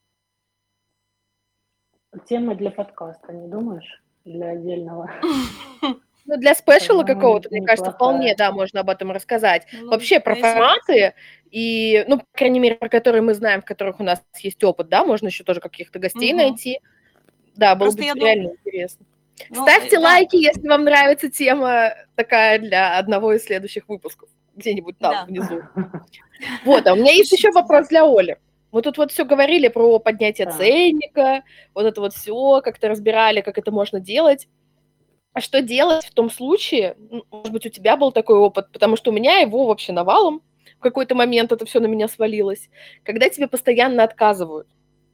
C: Тема для подкаста, не думаешь? Для отдельного.
B: Ну, для спешала
C: По-моему, не-
B: какого-то, мне кажется, вполне,
C: неплохая.
B: да, можно об этом рассказать.
A: Ну,
B: Вообще про
A: если...
B: форматы и, ну, по крайней мере, про которые мы знаем, в которых у нас есть опыт, да, можно еще тоже каких-то гостей
A: Мгм.
B: найти. Да, было
A: Просто
B: бы
A: я думаю,
B: реально интересно.
A: ну, э,
B: Ставьте
A: да,
B: лайки, если вам нравится тема такая для одного из следующих выпусков. Где-нибудь там,
A: да.
B: внизу. Вот, а у меня есть еще
A: Пишите.
B: вопрос для Оли. Мы тут вот все говорили про поднятие
C: Так.
B: ценника, вот это вот все, как-то разбирали, как это можно делать. А что делать в том случае, ну, может быть, у тебя был такой опыт, потому что у меня его вообще навалом, в какой-то момент это все на меня свалилось, когда тебе постоянно отказывают.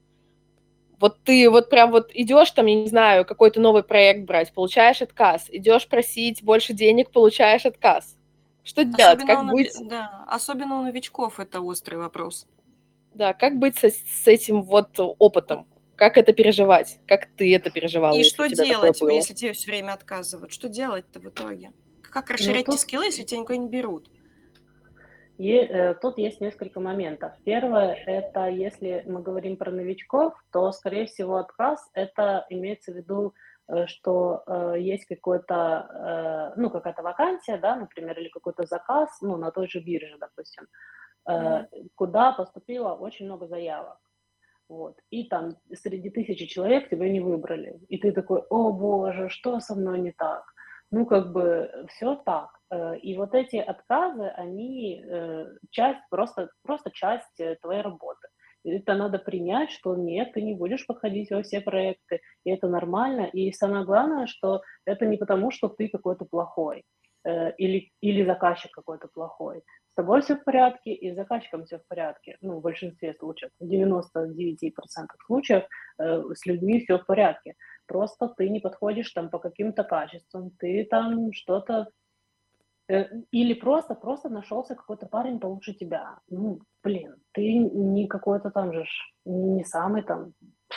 B: Вот ты вот прям вот идешь там, я не знаю, какой-то новый проект брать, получаешь отказ, идешь просить больше денег, получаешь отказ. Что делать?
A: Особенно у,
B: Как
A: нови-
B: быть,
A: да, особенно у новичков это острый вопрос.
B: да, как быть со- с этим вот опытом? Как это переживать? Как ты это переживала,
A: И
B: если у
A: что
B: тебя такое
A: делать,
B: было?
A: если тебе все время отказывают? Что делать-то в итоге? Как
C: Ну,
A: расширять те
C: тут
A: скиллы, если тебя никуда не берут?
C: И, э, тут есть несколько моментов. Первое, это если мы говорим про новичков, то, скорее всего, отказ, это имеется в виду, э, что э, есть какой-то, э, ну, какая-то вакансия, да, например, или какой-то заказ, ну, на той же бирже, допустим, э,
A: Мгм.
C: куда поступило очень много заявок. Вот. И там среди тысячи человек тебя не выбрали. И ты такой, о боже, что со мной не так? Ну, как бы все так. Э, И вот эти отказы, они э, часть, просто, просто часть э, твоей работы. И это надо принять, что нет, ты не будешь подходить во все проекты, и это нормально. И самое главное, что это не потому, что ты какой-то плохой э, или, или заказчик какой-то плохой. С тобой все в порядке, и с заказчиком все в порядке. Ну, в большинстве случаев, в девяноста девяти процентах случаев э, с людьми все в порядке. Просто ты не подходишь там по каким-то качествам, ты там что-то... э, или просто, просто нашелся какой-то парень получше тебя. Ну, блин, ты не какой-то там же, ж, не самый там,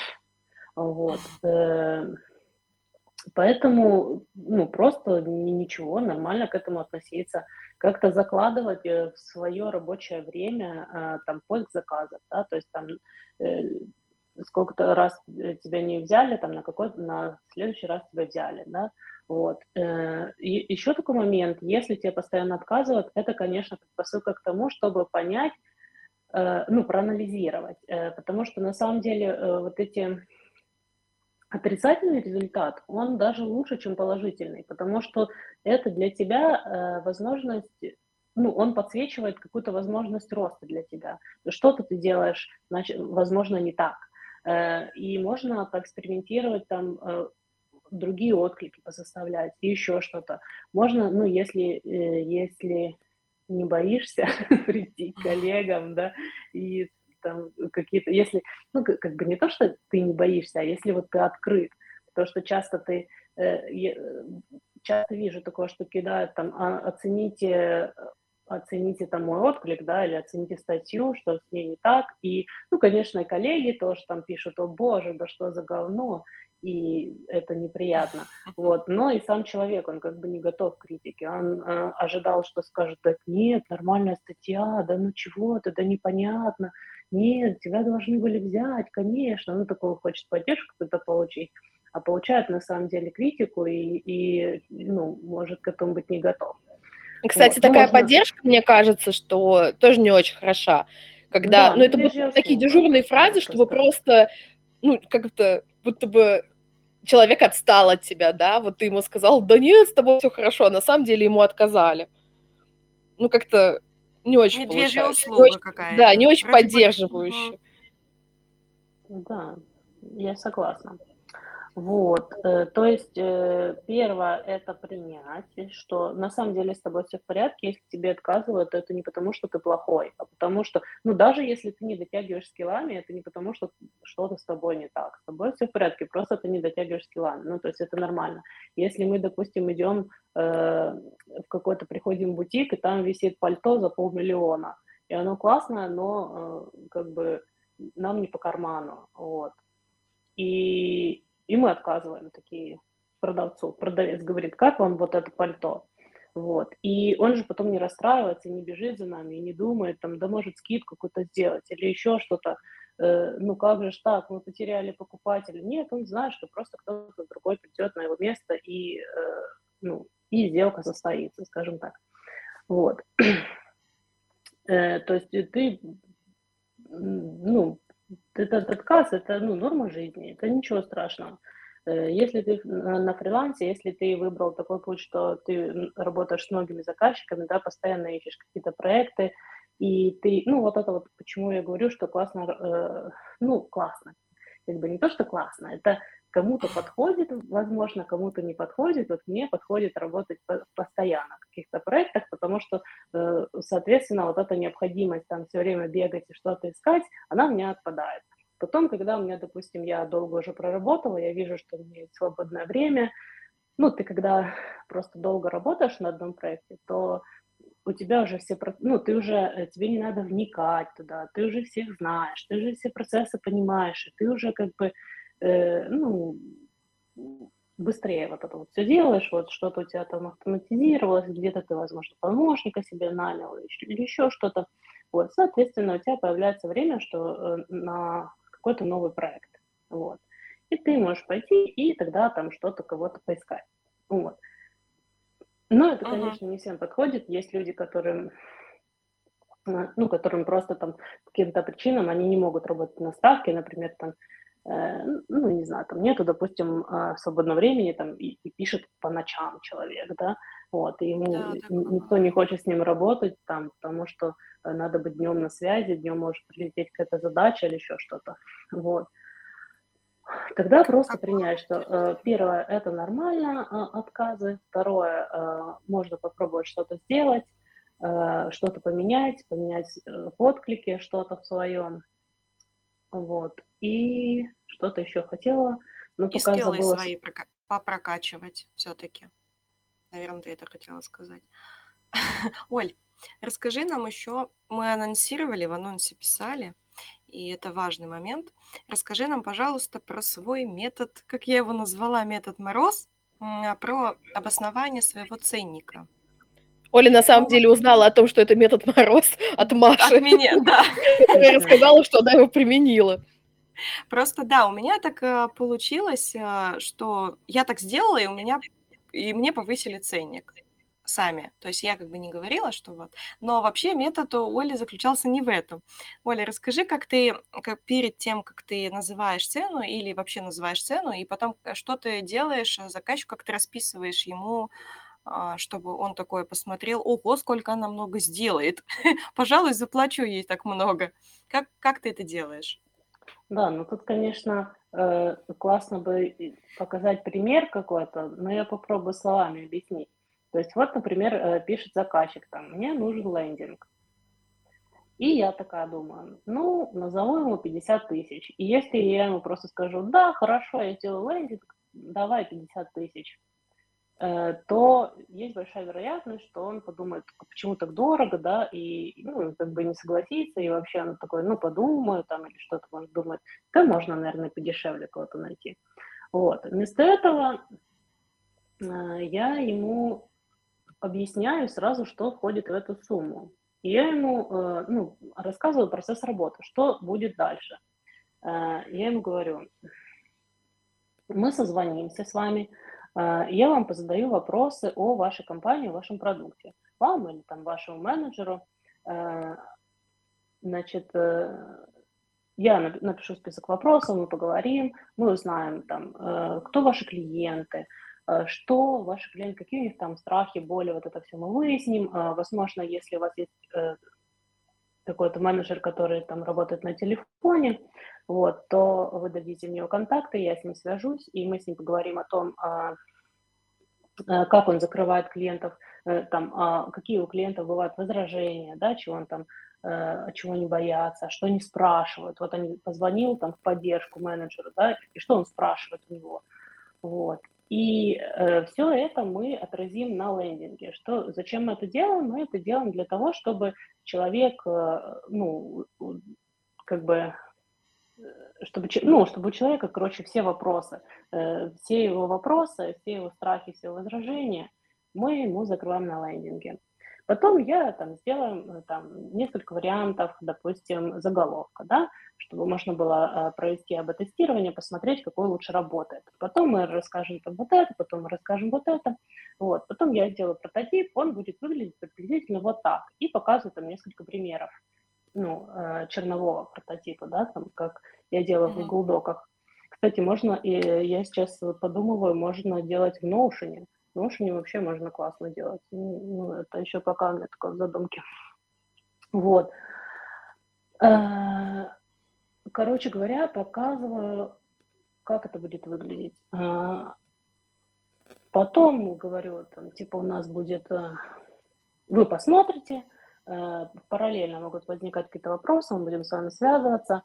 C: вот. Э, Поэтому, ну, просто ни- ничего, нормально к этому относиться, как-то закладывать э, в свое рабочее время а, там поиск заказов, да, то есть там э, сколько-то раз э, тебя не взяли, там на какой на следующий раз тебя взяли, да, вот. Э, И еще такой момент, если тебе постоянно отказывают, это, конечно, предпосылка к тому, чтобы понять, э, ну, проанализировать, э, потому что на самом деле э, вот эти отрицательный результат, он даже лучше, чем положительный, потому что это для тебя э, возможность, ну, он подсвечивает какую-то возможность роста для тебя. Что-то ты делаешь, значит, возможно, не так. Э, и можно поэкспериментировать там, э, другие отклики посоставлять, и еще что-то. Можно, ну, если, э, если не боишься прийти к коллегам, да, и там какие-то, если, ну, как, как бы не то, что ты не боишься, а если вот ты открыт, потому что часто ты, э, я, э, часто вижу такое, что кидают там, а, оцените оцените там мой отклик, да, или оцените статью, что с ней не так. И, ну, конечно, и коллеги тоже там пишут: о боже, да что за говно, и это неприятно. Вот. Но и сам человек, он как бы не готов к критике. Он э, ожидал, что скажут: да нет, нормальная статья, да ну чего ты, да непонятно, нет, тебя должны были взять, конечно. Ну, такого хочет поддержку кто-то получить, а получает на самом деле критику и, и ну, может к этому быть не готов.
B: Кстати,
C: Вот. Ну,
B: такая
C: можно...
B: поддержка, мне кажется, что тоже не очень хороша. Когда,
C: Да,
B: ну, это будут такие
C: услуга,
B: дежурные фразы, чтобы просто, ну, как-то, будто бы человек отстал от тебя, да, вот ты ему сказал: да нет, с тобой все хорошо, а на самом деле ему отказали. Ну, как-то не очень
A: Медвежья
B: получается. Не
A: услуга
B: очень,
A: какая-то.
B: да, не очень
A: Вроде бы-
B: поддерживающе.
C: Да, я согласна. Вот, э, то есть, э, первое- это принять, что на самом деле с тобой все в порядке. Если тебе отказывают, то это не потому, что ты плохой, а потому что, ну, даже если ты не дотягиваешь скиллами, это не потому, что что-то с тобой не так. С тобой все в порядке, просто ты не дотягиваешь скиллами. Ну, то есть это нормально. Если мы, допустим, идем э, в какой-то, приходим в бутик, и там висит пальто за полмиллиона, и оно классное, но э, как бы нам не по карману, вот. И и мы отказываем такие продавцу. Продавец говорит: как вам вот это пальто? Вот. И он же потом не расстраивается, не бежит за нами и не думает, там, да может скидку какую-то сделать или еще что-то. Э, ну как же ж так, мы потеряли покупателя. Нет, он знает, что просто кто-то другой придет на его место и, э, ну, и сделка состоится, скажем так. Вот. Э, то есть ты, ну, этот отказ, это, ну, норма жизни, это ничего страшного. Э, Если ты на на фрилансе, если ты выбрал такой путь, что ты м, работаешь с многими заказчиками, да, постоянно ищешь какие-то проекты, и ты, ну, вот это вот, почему я говорю, что классно, э, ну, классно, как бы не то, что классно, это кому-то подходит, возможно, кому-то не подходит. Вот мне подходит работать по- постоянно в каких-то проектах, потому что, э, соответственно, вот эта необходимость там все время бегать и что-то искать, она у меня отпадает. Потом, когда у меня, допустим, я долго уже проработала, я вижу, что у меня есть свободное время. Ну, ты когда просто долго работаешь на одном проекте, то у тебя уже все, про- ну, ты уже, э, тебе не надо вникать туда, ты уже всех знаешь, ты уже все процессы понимаешь, и ты уже как бы, э, ну, быстрее вот это вот все делаешь, вот что-то у тебя там автоматизировалось, где-то ты, возможно, помощника себе нанял или еще, или еще что-то. Вот, соответственно, у тебя появляется время, что э, на какой-то новый проект. Вот. И ты можешь пойти и тогда там что-то, кого-то поискать. Вот. Но это,
A: Мгм.
C: конечно, не всем подходит. Есть люди, которым, э, ну, которым просто там по каким-то причинам они не могут работать на ставке, например, там, э, ну, не знаю, там нету, допустим, э, свободного времени, там, и, и пишет по ночам человек, да, вот, и ему
A: Да,
C: н-
A: такое
C: никто
A: бывает.
C: не хочет с ним работать, там, потому что э, надо быть днем на связи, днем может прилететь какая-то задача или еще что-то, вот. Тогда
A: Как,
C: просто
A: как-
C: принять, что э, первое, это нормально, э, отказы, второе, э, можно попробовать что-то сделать, э, что-то поменять, поменять э, в отклике что-то в своем, вот, и что-то еще хотела, но
A: и
C: пока
A: скиллы
C: забыла. с-
A: свои прока- попрокачивать все-таки. Наверное, ты это хотела сказать. Оль, расскажи нам еще, мы анонсировали, в анонсе писали, и это важный момент. Расскажи нам, пожалуйста, про свой метод, как я его назвала, метод Мороз, м, а про обоснование своего ценника.
B: Оля на самом
A: Ну,
B: деле узнала о том, что это метод Мороз от
A: от
B: Маши,
A: меня, да.
B: которая
C: Отлично.
B: рассказала, что она его применила.
A: Просто да, у меня так э, получилось, э, что я так сделала, и у меня и мне повысили ценник сами. То есть я как бы не говорила, что вот. Но вообще метод у Оли заключался не в этом. Оля, расскажи, как ты как перед тем, как ты называешь цену или вообще называешь цену, и потом э, что ты делаешь э, заказчику, как ты расписываешь ему, а, чтобы он такой посмотрел, ого, сколько она много сделает. Пожалуй, заплачу ей так много. Как, как ты это делаешь?
C: Да, ну тут, конечно, э, классно бы и показать пример какой-то, но я попробую словами объяснить. То есть вот, например, э, пишет заказчик там: мне нужен лендинг. И я такая думаю, ну, назову ему пятьдесят тысяч. И если я ему просто скажу: да, хорошо, я сделаю лендинг, давай пятьдесят тысяч, э, то есть большая вероятность, что он подумает, почему так дорого, да, и, ну, как бы не согласится, и вообще он такой, ну, подумаю, там, или что-то, может, думает, да, можно, наверное, подешевле кого-то найти. Вот. Вместо этого э, я ему объясняю сразу, что входит в эту сумму. И я ему, э, ну, рассказываю процесс работы, что будет дальше. Э, я ему говорю, мы созвонимся с вами, э, я вам позадаю вопросы о вашей компании, о вашем продукте. Вам или там вашему менеджеру. Э, значит, э, я нап- напишу список вопросов, мы поговорим, мы узнаем, там, э, кто ваши клиенты, э, что ваши клиенты, какие у них там страхи, боли, вот это все мы выясним. Э, Возможно, если у вас есть э, какой-то менеджер, который там работает на телефоне, вот, то вы дадите мне его контакты, я с ним свяжусь, и мы с ним поговорим о том, а, а, как он закрывает клиентов, э, там, а, какие у клиентов бывают возражения, да, чего он там, э, чего они боятся, что они спрашивают. Вот они позвонил там в поддержку менеджеру, да, и что он спрашивает у него. Вот. И э, все это мы отразим на лендинге. Что, зачем мы это делаем? Мы это делаем для того, чтобы человек, э, ну, как бы, э, чтобы, че- ну, чтобы у человека, короче, все вопросы, э, все его вопросы, все его страхи, все его возражения мы ему закрываем на лендинге. Потом я там сделаю э, там несколько вариантов, допустим, заголовка, да, чтобы можно было э, провести АБ-тестирование, посмотреть, какой лучше работает. Потом мы расскажем там вот это, потом мы расскажем вот это. Вот. Потом я сделаю прототип, он будет выглядеть приблизительно вот так. И показываю там несколько примеров, ну, э, чернового прототипа, да, там, как я делаю в
A: Мгм.
C: Google Доках. Кстати, можно, и я сейчас вот подумываю, можно делать в Notion. В Notion вообще можно классно делать. Ну, ну, это еще пока у меня такое в задумке. Вот. Э, Короче говоря, показываю, как это будет выглядеть. А, Потом говорю, там, типа, у нас будет, э, вы посмотрите, э, параллельно могут возникать какие-то вопросы, мы будем с вами связываться.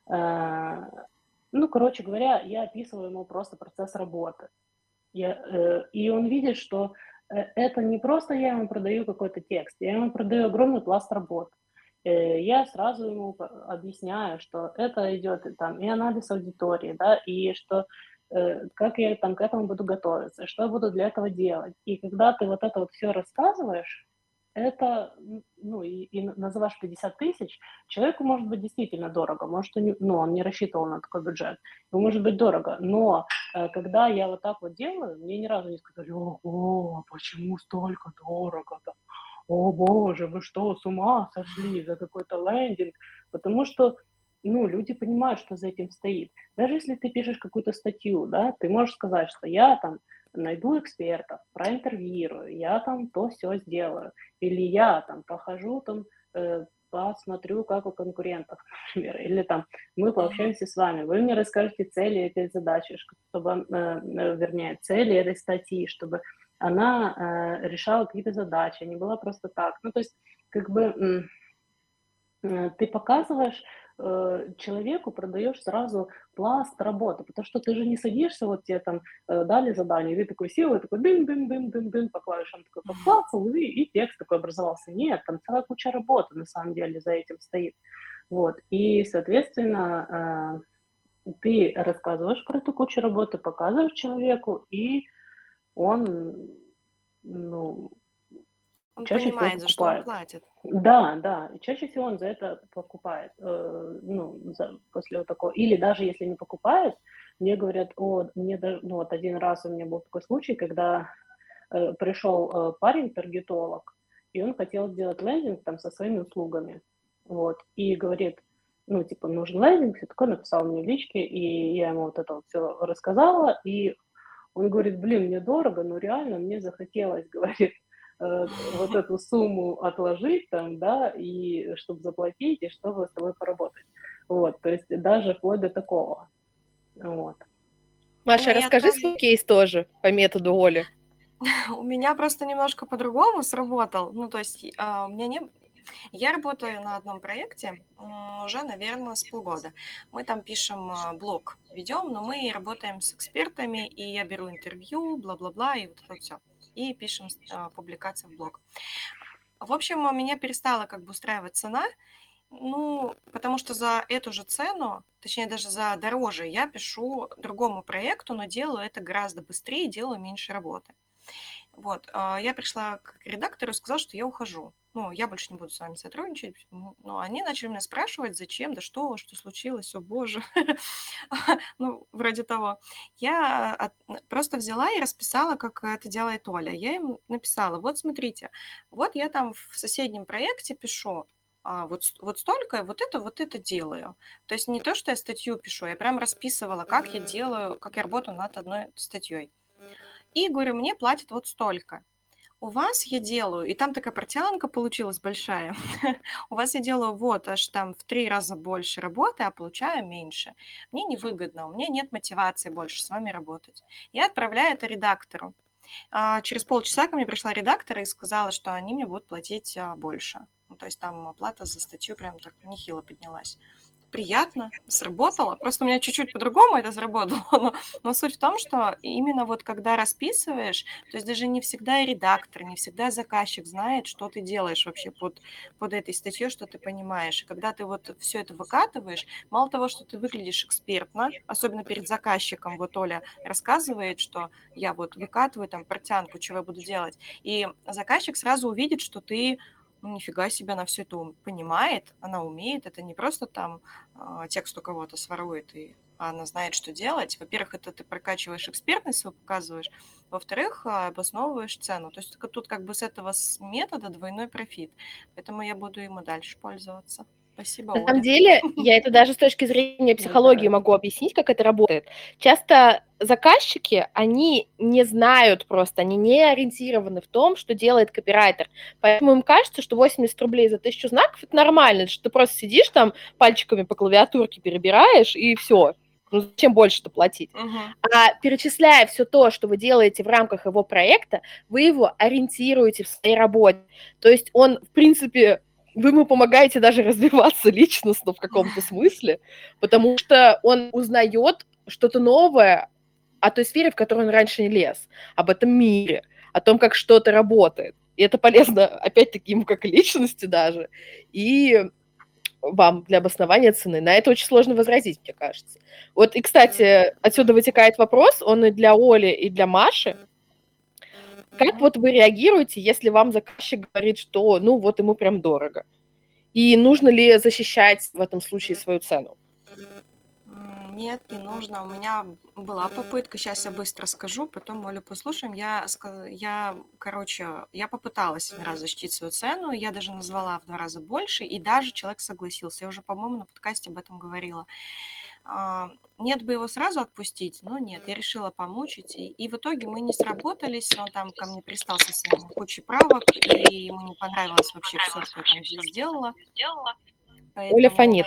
C: Э, Ну, короче говоря, я описываю ему просто процесс работы. Я, э, и он видит, что э, это не просто я ему продаю какой-то текст, я ему продаю огромный пласт работ. Э, Я сразу ему по- объясняю, что это идет и там и анализ аудитории, да, и что э, как я там к этому буду готовиться, что я буду для этого делать. И когда ты вот это вот все рассказываешь, это, м, ну, и, и называешь пятьдесят тысяч, человеку может быть действительно дорого, может, он не, ну, он не рассчитывал на такой бюджет, ему может быть дорого, но э, когда я вот так вот делаю, мне ни разу не сказали, ого, почему столько дорого-то? О боже, вы что, с ума сошли за какой-то лендинг? Потому что, ну, люди понимают, что за этим стоит. Даже если ты пишешь какую-то статью, да, ты можешь сказать, что я там найду экспертов, проинтервьюирую, я там то все сделаю. Или я там похожу там, э, посмотрю, как у конкурентов, например. Или там мы
A: Мгм.
C: пообщаемся с вами, вы мне расскажете цели этой задачи, чтобы, э, э, вернее, цели этой статьи, чтобы она э, решала какие-то задачи, не была просто так. Ну, то есть, как бы э, ты показываешь э, человеку, продаешь сразу пласт работы, потому что ты же не садишься, вот тебе там э, дали задание, и ты такой сел, и такой дым-дым-дым-дым-дым по клавишам такой поклацал, и, и текст такой образовался. Нет, там целая куча работы на самом деле за этим стоит. Вот, и, соответственно, э, ты рассказываешь про эту кучу работы, показываешь человеку, и он, ну,
A: Он
C: чаще всего
A: понимает, за что он
C: покупает.
A: платит.
C: Да, да, и чаще всего он за это покупает, э, ну, за, после вот такого. Или даже если не покупает, мне говорят, о, мне даже, ну, вот один раз у меня был такой случай, когда э, пришел э, парень, таргетолог, и он хотел сделать лендинг там со своими услугами, вот, и говорит, ну, типа, нужен лендинг, все такое, написал мне в личке, и я ему вот это вот все рассказала, и он говорит, блин, мне дорого, но реально мне захотелось, говорит, э, вот эту сумму отложить там, да, и чтобы заплатить, и чтобы с тобой поработать. Вот, то есть даже вплоть до такого. Вот.
B: Маша,
A: Ну, я
B: расскажи
A: тоже.
B: свой кейс тоже по методу Оли.
A: У меня просто немножко по-другому сработал. Ну, то есть, а, у меня не Я работаю на одном проекте м, уже, наверное, с полгода. Мы там пишем а, блог, ведем, но мы работаем с экспертами, и я беру интервью, бла-бла-бла, и вот это все. И пишем с- а, публикации в блог. В общем, у меня перестала как бы устраивать цена, ну, потому что за эту же цену, точнее даже за дороже, я пишу другому проекту, но делаю это гораздо быстрее, делаю меньше работы. Вот, а, я пришла к редактору и сказала, что я ухожу. Ну, я больше не буду с вами сотрудничать. Ну, ну, они начали меня спрашивать, зачем, да что, что случилось, о боже. Ну, вроде того. Я от- просто взяла и расписала, как это делает Оля. Я им написала, вот смотрите, вот я там в соседнем проекте пишу, а, вот, с- вот столько, вот это, вот это делаю. То есть не то, что я статью пишу, я прям расписывала, как я делаю, как я работаю над одной статьей. И говорю, мне платят вот столько. У вас я делаю, и там такая протянка получилась большая. У вас я делаю вот аж там в три раза больше работы, а получаю меньше. Мне невыгодно, у меня нет мотивации больше с вами работать. Я отправляю это редактору. А, Через полчаса ко мне пришла редактор и сказала, что они мне будут платить а, больше. Ну, то есть там оплата за статью прям так нехило поднялась. Приятно, сработало. Просто у меня чуть-чуть по-другому это сработало, но, но суть в том, что именно вот когда расписываешь, то есть даже не всегда редактор, не всегда заказчик знает, что ты делаешь вообще под, под этой статьей, что ты понимаешь. И когда ты вот все это выкатываешь, мало того, что ты выглядишь экспертно, особенно перед заказчиком, вот Оля рассказывает, что я вот выкатываю там портянку, чего я буду делать, и заказчик сразу увидит, что ты ну, нифига себе, она все это ум- понимает, она умеет, это не просто там а, текст у кого-то сворует, и она знает, что делать. Во-первых, это ты прокачиваешь экспертность свою, показываешь. Во-вторых, а, обосновываешь цену. То есть тут как бы с этого с метода двойной профит. Поэтому я буду им и дальше пользоваться. Спасибо,
B: На самом
A: Оля.
B: деле, я это даже с точки зрения психологии
C: Да.
B: могу объяснить, как это работает. Часто заказчики, они не знают просто, они не ориентированы в том, что делает копирайтер. Поэтому им кажется, что восемьдесят рублей за тысячу знаков – это нормально, что ты просто сидишь там, пальчиками по клавиатурке перебираешь, и все. Ну, зачем больше-то платить?
A: Мгм.
B: А перечисляя все то, что вы делаете в рамках его проекта, вы его ориентируете в своей работе. То есть он, в принципе, вы ему помогаете даже развиваться личностно в каком-то смысле, потому что он узнает что-то новое о той сфере, в которую он раньше не лез, об этом мире, о том, как что-то работает. И это полезно, опять-таки, ему как личности даже, и вам для обоснования цены. На это очень сложно возразить, мне кажется. Вот, и, кстати, отсюда вытекает вопрос, он и для Оли, и для Маши. Как
A: Мгм.
B: вот вы реагируете, если вам заказчик говорит, что, ну, вот ему прям дорого? И нужно ли защищать в этом случае свою цену?
A: М, Нет, не нужно. У меня была попытка, сейчас я быстро скажу, потом Олю послушаем. Я, ска- я, короче, я попыталась один раз защитить свою цену, я даже назвала в два раза больше, и даже человек согласился. Я уже, по-моему, на подкасте об этом говорила. А, Нет бы его сразу отпустить, но нет, я решила помучить, и, и в итоге мы не сработались, он там ко мне пристал со своими кучей правок, и ему не понравилось вообще все, что я там сделала,
B: Оля
A: поэтому...
B: фонит.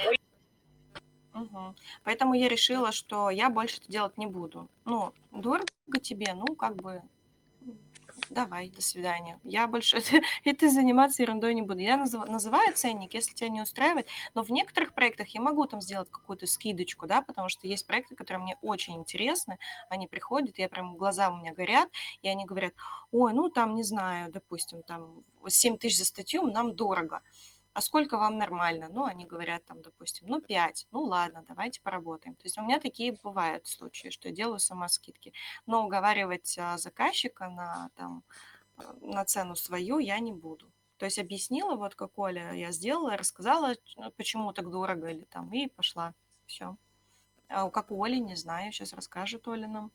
A: Мгм. Поэтому я решила, что я больше это делать не буду. Ну, дорого тебе, ну, как бы, м, давай, до свидания. Я больше этой заниматься ерундой не буду. Я назыв- называю ценник, если тебя не устраивает, но в некоторых проектах я могу там сделать какую-то скидочку, да, потому что есть проекты, которые мне очень интересны, они приходят, я прям, глаза у меня горят, и они говорят, ой, ну, там, не знаю, допустим, там, семь тысяч за статью нам дорого. А сколько вам нормально? Ну, они говорят там, допустим, ну, пять. Ну, ладно, давайте поработаем. То есть у меня такие бывают случаи, что я делаю сама скидки. Но уговаривать а, заказчика на, там, а, на цену свою я не буду. То есть объяснила, вот как Оля я сделала, рассказала, ч- почему так дорого или там, и пошла. Все. А у- как у Оли, не знаю, сейчас расскажет Оля нам.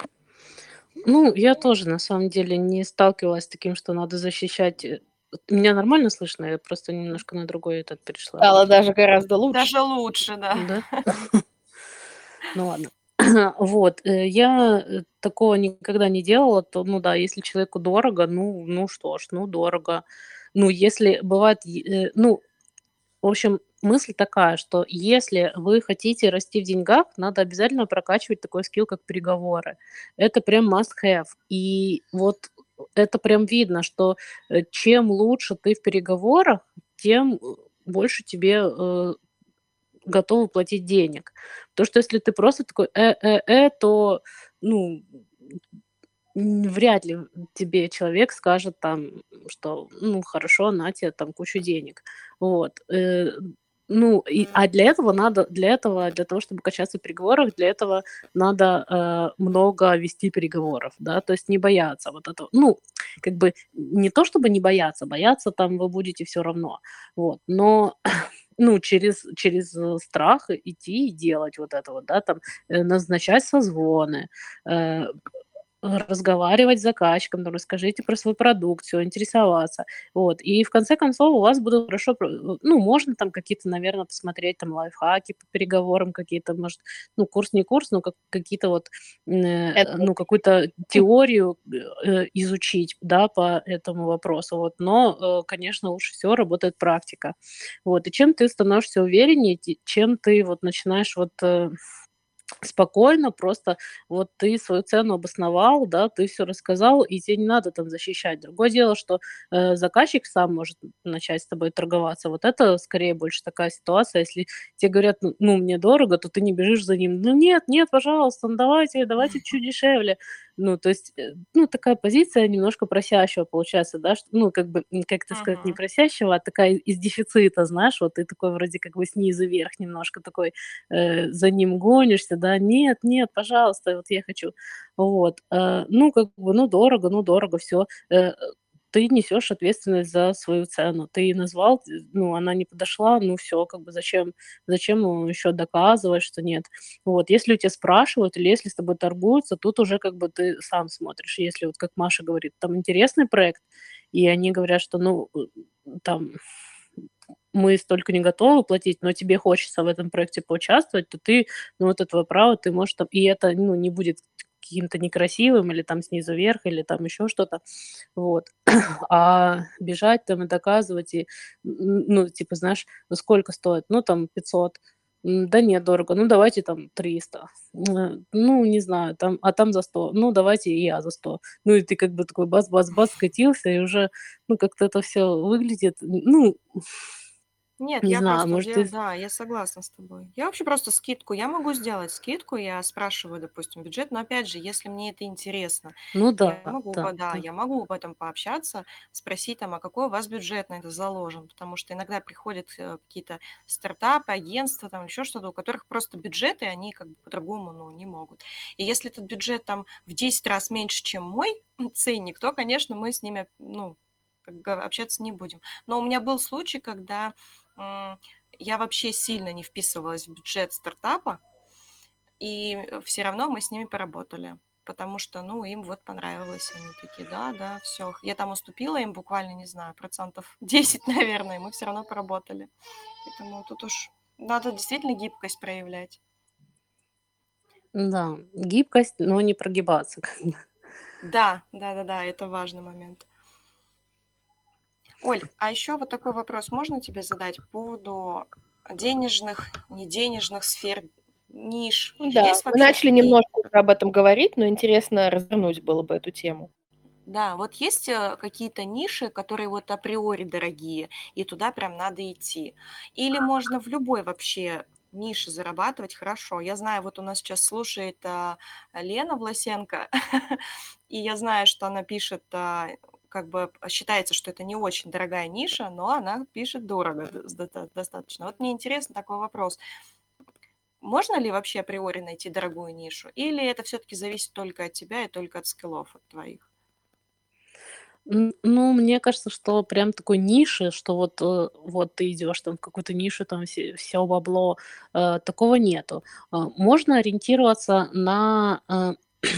D: Ну, я тоже на самом деле не сталкивалась с таким, что надо защищать. э, Меня нормально слышно? Я просто немножко на другой этот перешла.
B: Стало даже гораздо лучше.
A: Даже лучше, да.
D: Да? Ну ладно. Вот, э, я э, такого никогда не делала, то, ну да, если человеку дорого, ну, ну что ж, ну дорого. Ну, если бывает, е- э, ну, в общем, мысль такая, что если вы хотите расти в деньгах, надо обязательно прокачивать такой скилл, как переговоры. Это прям must have. И вот это прям видно, что э, чем лучше ты в переговорах, тем больше тебе э, готовы платить денег. То, что если ты просто такой э-э-э, то, ну, м, вряд ли тебе человек скажет там, что, ну, хорошо, на тебе там кучу денег. Вот. Э, ну, и, а для этого надо, для этого, для того, чтобы качаться в переговорах, для этого надо э, много вести переговоров, да, то есть не бояться вот этого. Ну, как бы не то, чтобы не бояться, бояться там вы будете все равно, вот, но ну, через, через э, страх идти и делать вот это вот, да, там, э, назначать созвоны, э, разговаривать с заказчиком, там, расскажите про свою продукцию, интересоваться. Вот. И в конце концов у вас будут хорошо, про- э, ну, можно там какие-то, наверное, посмотреть там лайфхаки по переговорам, какие-то, может, ну, курс не курс, но как, какие-то вот, м, э,
B: Это
D: ну, какую-то теорию э, изучить, да, по этому вопросу. Вот. Но, э, конечно, лучше всего работает практика. Вот. И чем ты становишься увереннее, те- чем ты вот начинаешь вот э, спокойно, просто вот ты свою цену обосновал, да, ты все рассказал, и тебе не надо там защищать. Другое дело, что э, заказчик сам может начать с тобой торговаться. Вот это скорее больше такая ситуация, если тебе говорят, ну, ну, мне дорого, то ты не бежишь за ним, ну, нет, нет, пожалуйста, ну, давайте, давайте чуть дешевле. Ну, то есть, э, ну, такая позиция немножко просящего получается, да, что, ну, как бы, м, как это сказать, не
A: Мгм.
D: просящего, а такая из дефицита, знаешь, вот ты такой вроде как бы снизу вверх немножко такой э, за ним гонишься, да, нет, нет, пожалуйста, вот я хочу. Вот. э, Ну, как бы, ну, дорого, ну, дорого, все. Ты несешь ответственность за свою цену. Ты ей назвал, т- ну, она не подошла, ну, все, как бы, зачем, зачем еще доказывать, что нет. Вот. Если у тебя спрашивают или если с тобой торгуются, тут уже как бы ты сам смотришь. Если вот как Маша говорит, там интересный проект, и они говорят, что, ну, э, там мы столько не готовы платить, но тебе хочется в этом проекте поучаствовать, то ты, ну, это твое право, ты можешь там, и это, ну, не будет каким-то некрасивым или там снизу вверх, или там еще что-то, вот. А бежать там и доказывать, и, н- ну, типа, знаешь, ну, сколько стоит? Ну, там, пятьсот. М, Да нет, дорого. Ну, давайте там триста. М, Ну, не знаю, там, а там за сто. Ну, давайте и я за сто. Ну, и ты как бы такой бас-бас-бас скатился, и уже, ну, как-то это все выглядит, ну,
A: Нет,
D: не
A: я
D: знаю,
A: просто
D: может,
A: делаю,
D: ты.
A: да, я согласна с тобой. Я вообще просто скидку, я могу сделать скидку, я спрашиваю, допустим, бюджет, но опять же, если мне это интересно,
D: Ну
A: я
D: да,
A: могу,
D: да,
A: по- да,
D: да.
A: я могу об этом пообщаться, спросить там, а какой у вас бюджет на это заложен, потому что иногда приходят э, какие-то стартапы, агентства, там еще что-то, у которых просто бюджеты, они как бы по-другому, ну, не могут. И если этот бюджет там в десять раз меньше, чем мой ценник, то, конечно, мы с ними, ну, как бы общаться не будем. Но у меня был случай, когда м, я вообще сильно не вписывалась в бюджет стартапа, и все равно мы с ними поработали, потому что, ну, им вот понравилось, они такие, да, да, все. Я там уступила им буквально, не знаю, процентов десять, наверное, и мы все равно поработали. Поэтому тут уж надо действительно гибкость проявлять.
D: Да, гибкость, но не прогибаться. как бы.
A: Да, да, да, да, это важный момент. Оль, а еще вот такой вопрос можно тебе задать по поводу денежных, неденежных сфер, ниш?
B: Да,
A: Есть
B: мы
A: вообще
B: начали
A: такие?
B: немножко уже об этом говорить, но интересно развернуть было бы эту тему.
A: Да, вот есть э, какие-то ниши, которые вот априори дорогие, и туда прям надо идти. Или можно в любой вообще нише зарабатывать хорошо. Я знаю, вот у нас сейчас слушает а, Лена Власенко, и я знаю, что она пишет, а, как бы считается, что это не очень дорогая ниша, но она пишет дорого д- с- доста- достаточно. Вот мне интересно такой вопрос. Можно ли вообще априори найти дорогую нишу? Или это все-таки зависит только от тебя и только от скиллов от твоих?
D: Н- Ну, мне кажется, что прям такой ниши, что вот, э, вот ты идешь там в какую-то нишу, там все бабло, э, такого нету. А, Можно ориентироваться на э,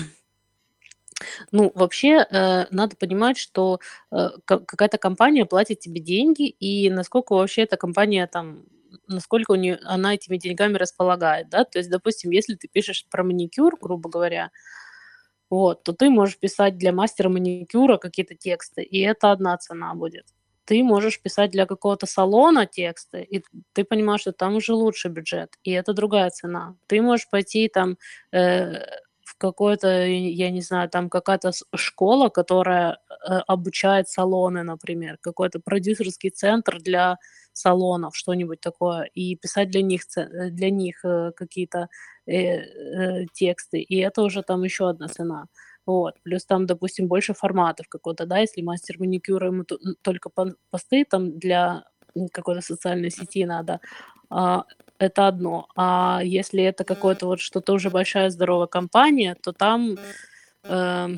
D: ну, вообще, э, надо понимать, что, э, ка какая-то компания платит тебе деньги, и насколько вообще эта компания там, насколько у нее она этими деньгами располагает, да. То есть, допустим, если ты пишешь про маникюр, грубо говоря, вот, то ты можешь писать для мастера маникюра какие-то тексты, и это одна цена будет. Ты можешь писать для какого-то салона тексты, и ты понимаешь, что там уже лучше бюджет, и это другая цена. Ты можешь пойти там э, в какой-то, я не знаю, там какая-то с- школа, которая э, обучает салоны, например, какой-то продюсерский центр для салонов, что-нибудь такое, и писать для них, це- э, для них э, какие-то э, э, тексты, и это уже там еще одна цена. Вот. Плюс там, допустим, больше форматов какого-то, да, если мастер маникюра, ему ту- н- только пон- посты там для м, какой-то социальной сети надо, а, это одно. А если это какое-то вот что-то уже большая здоровая компания, то там эм,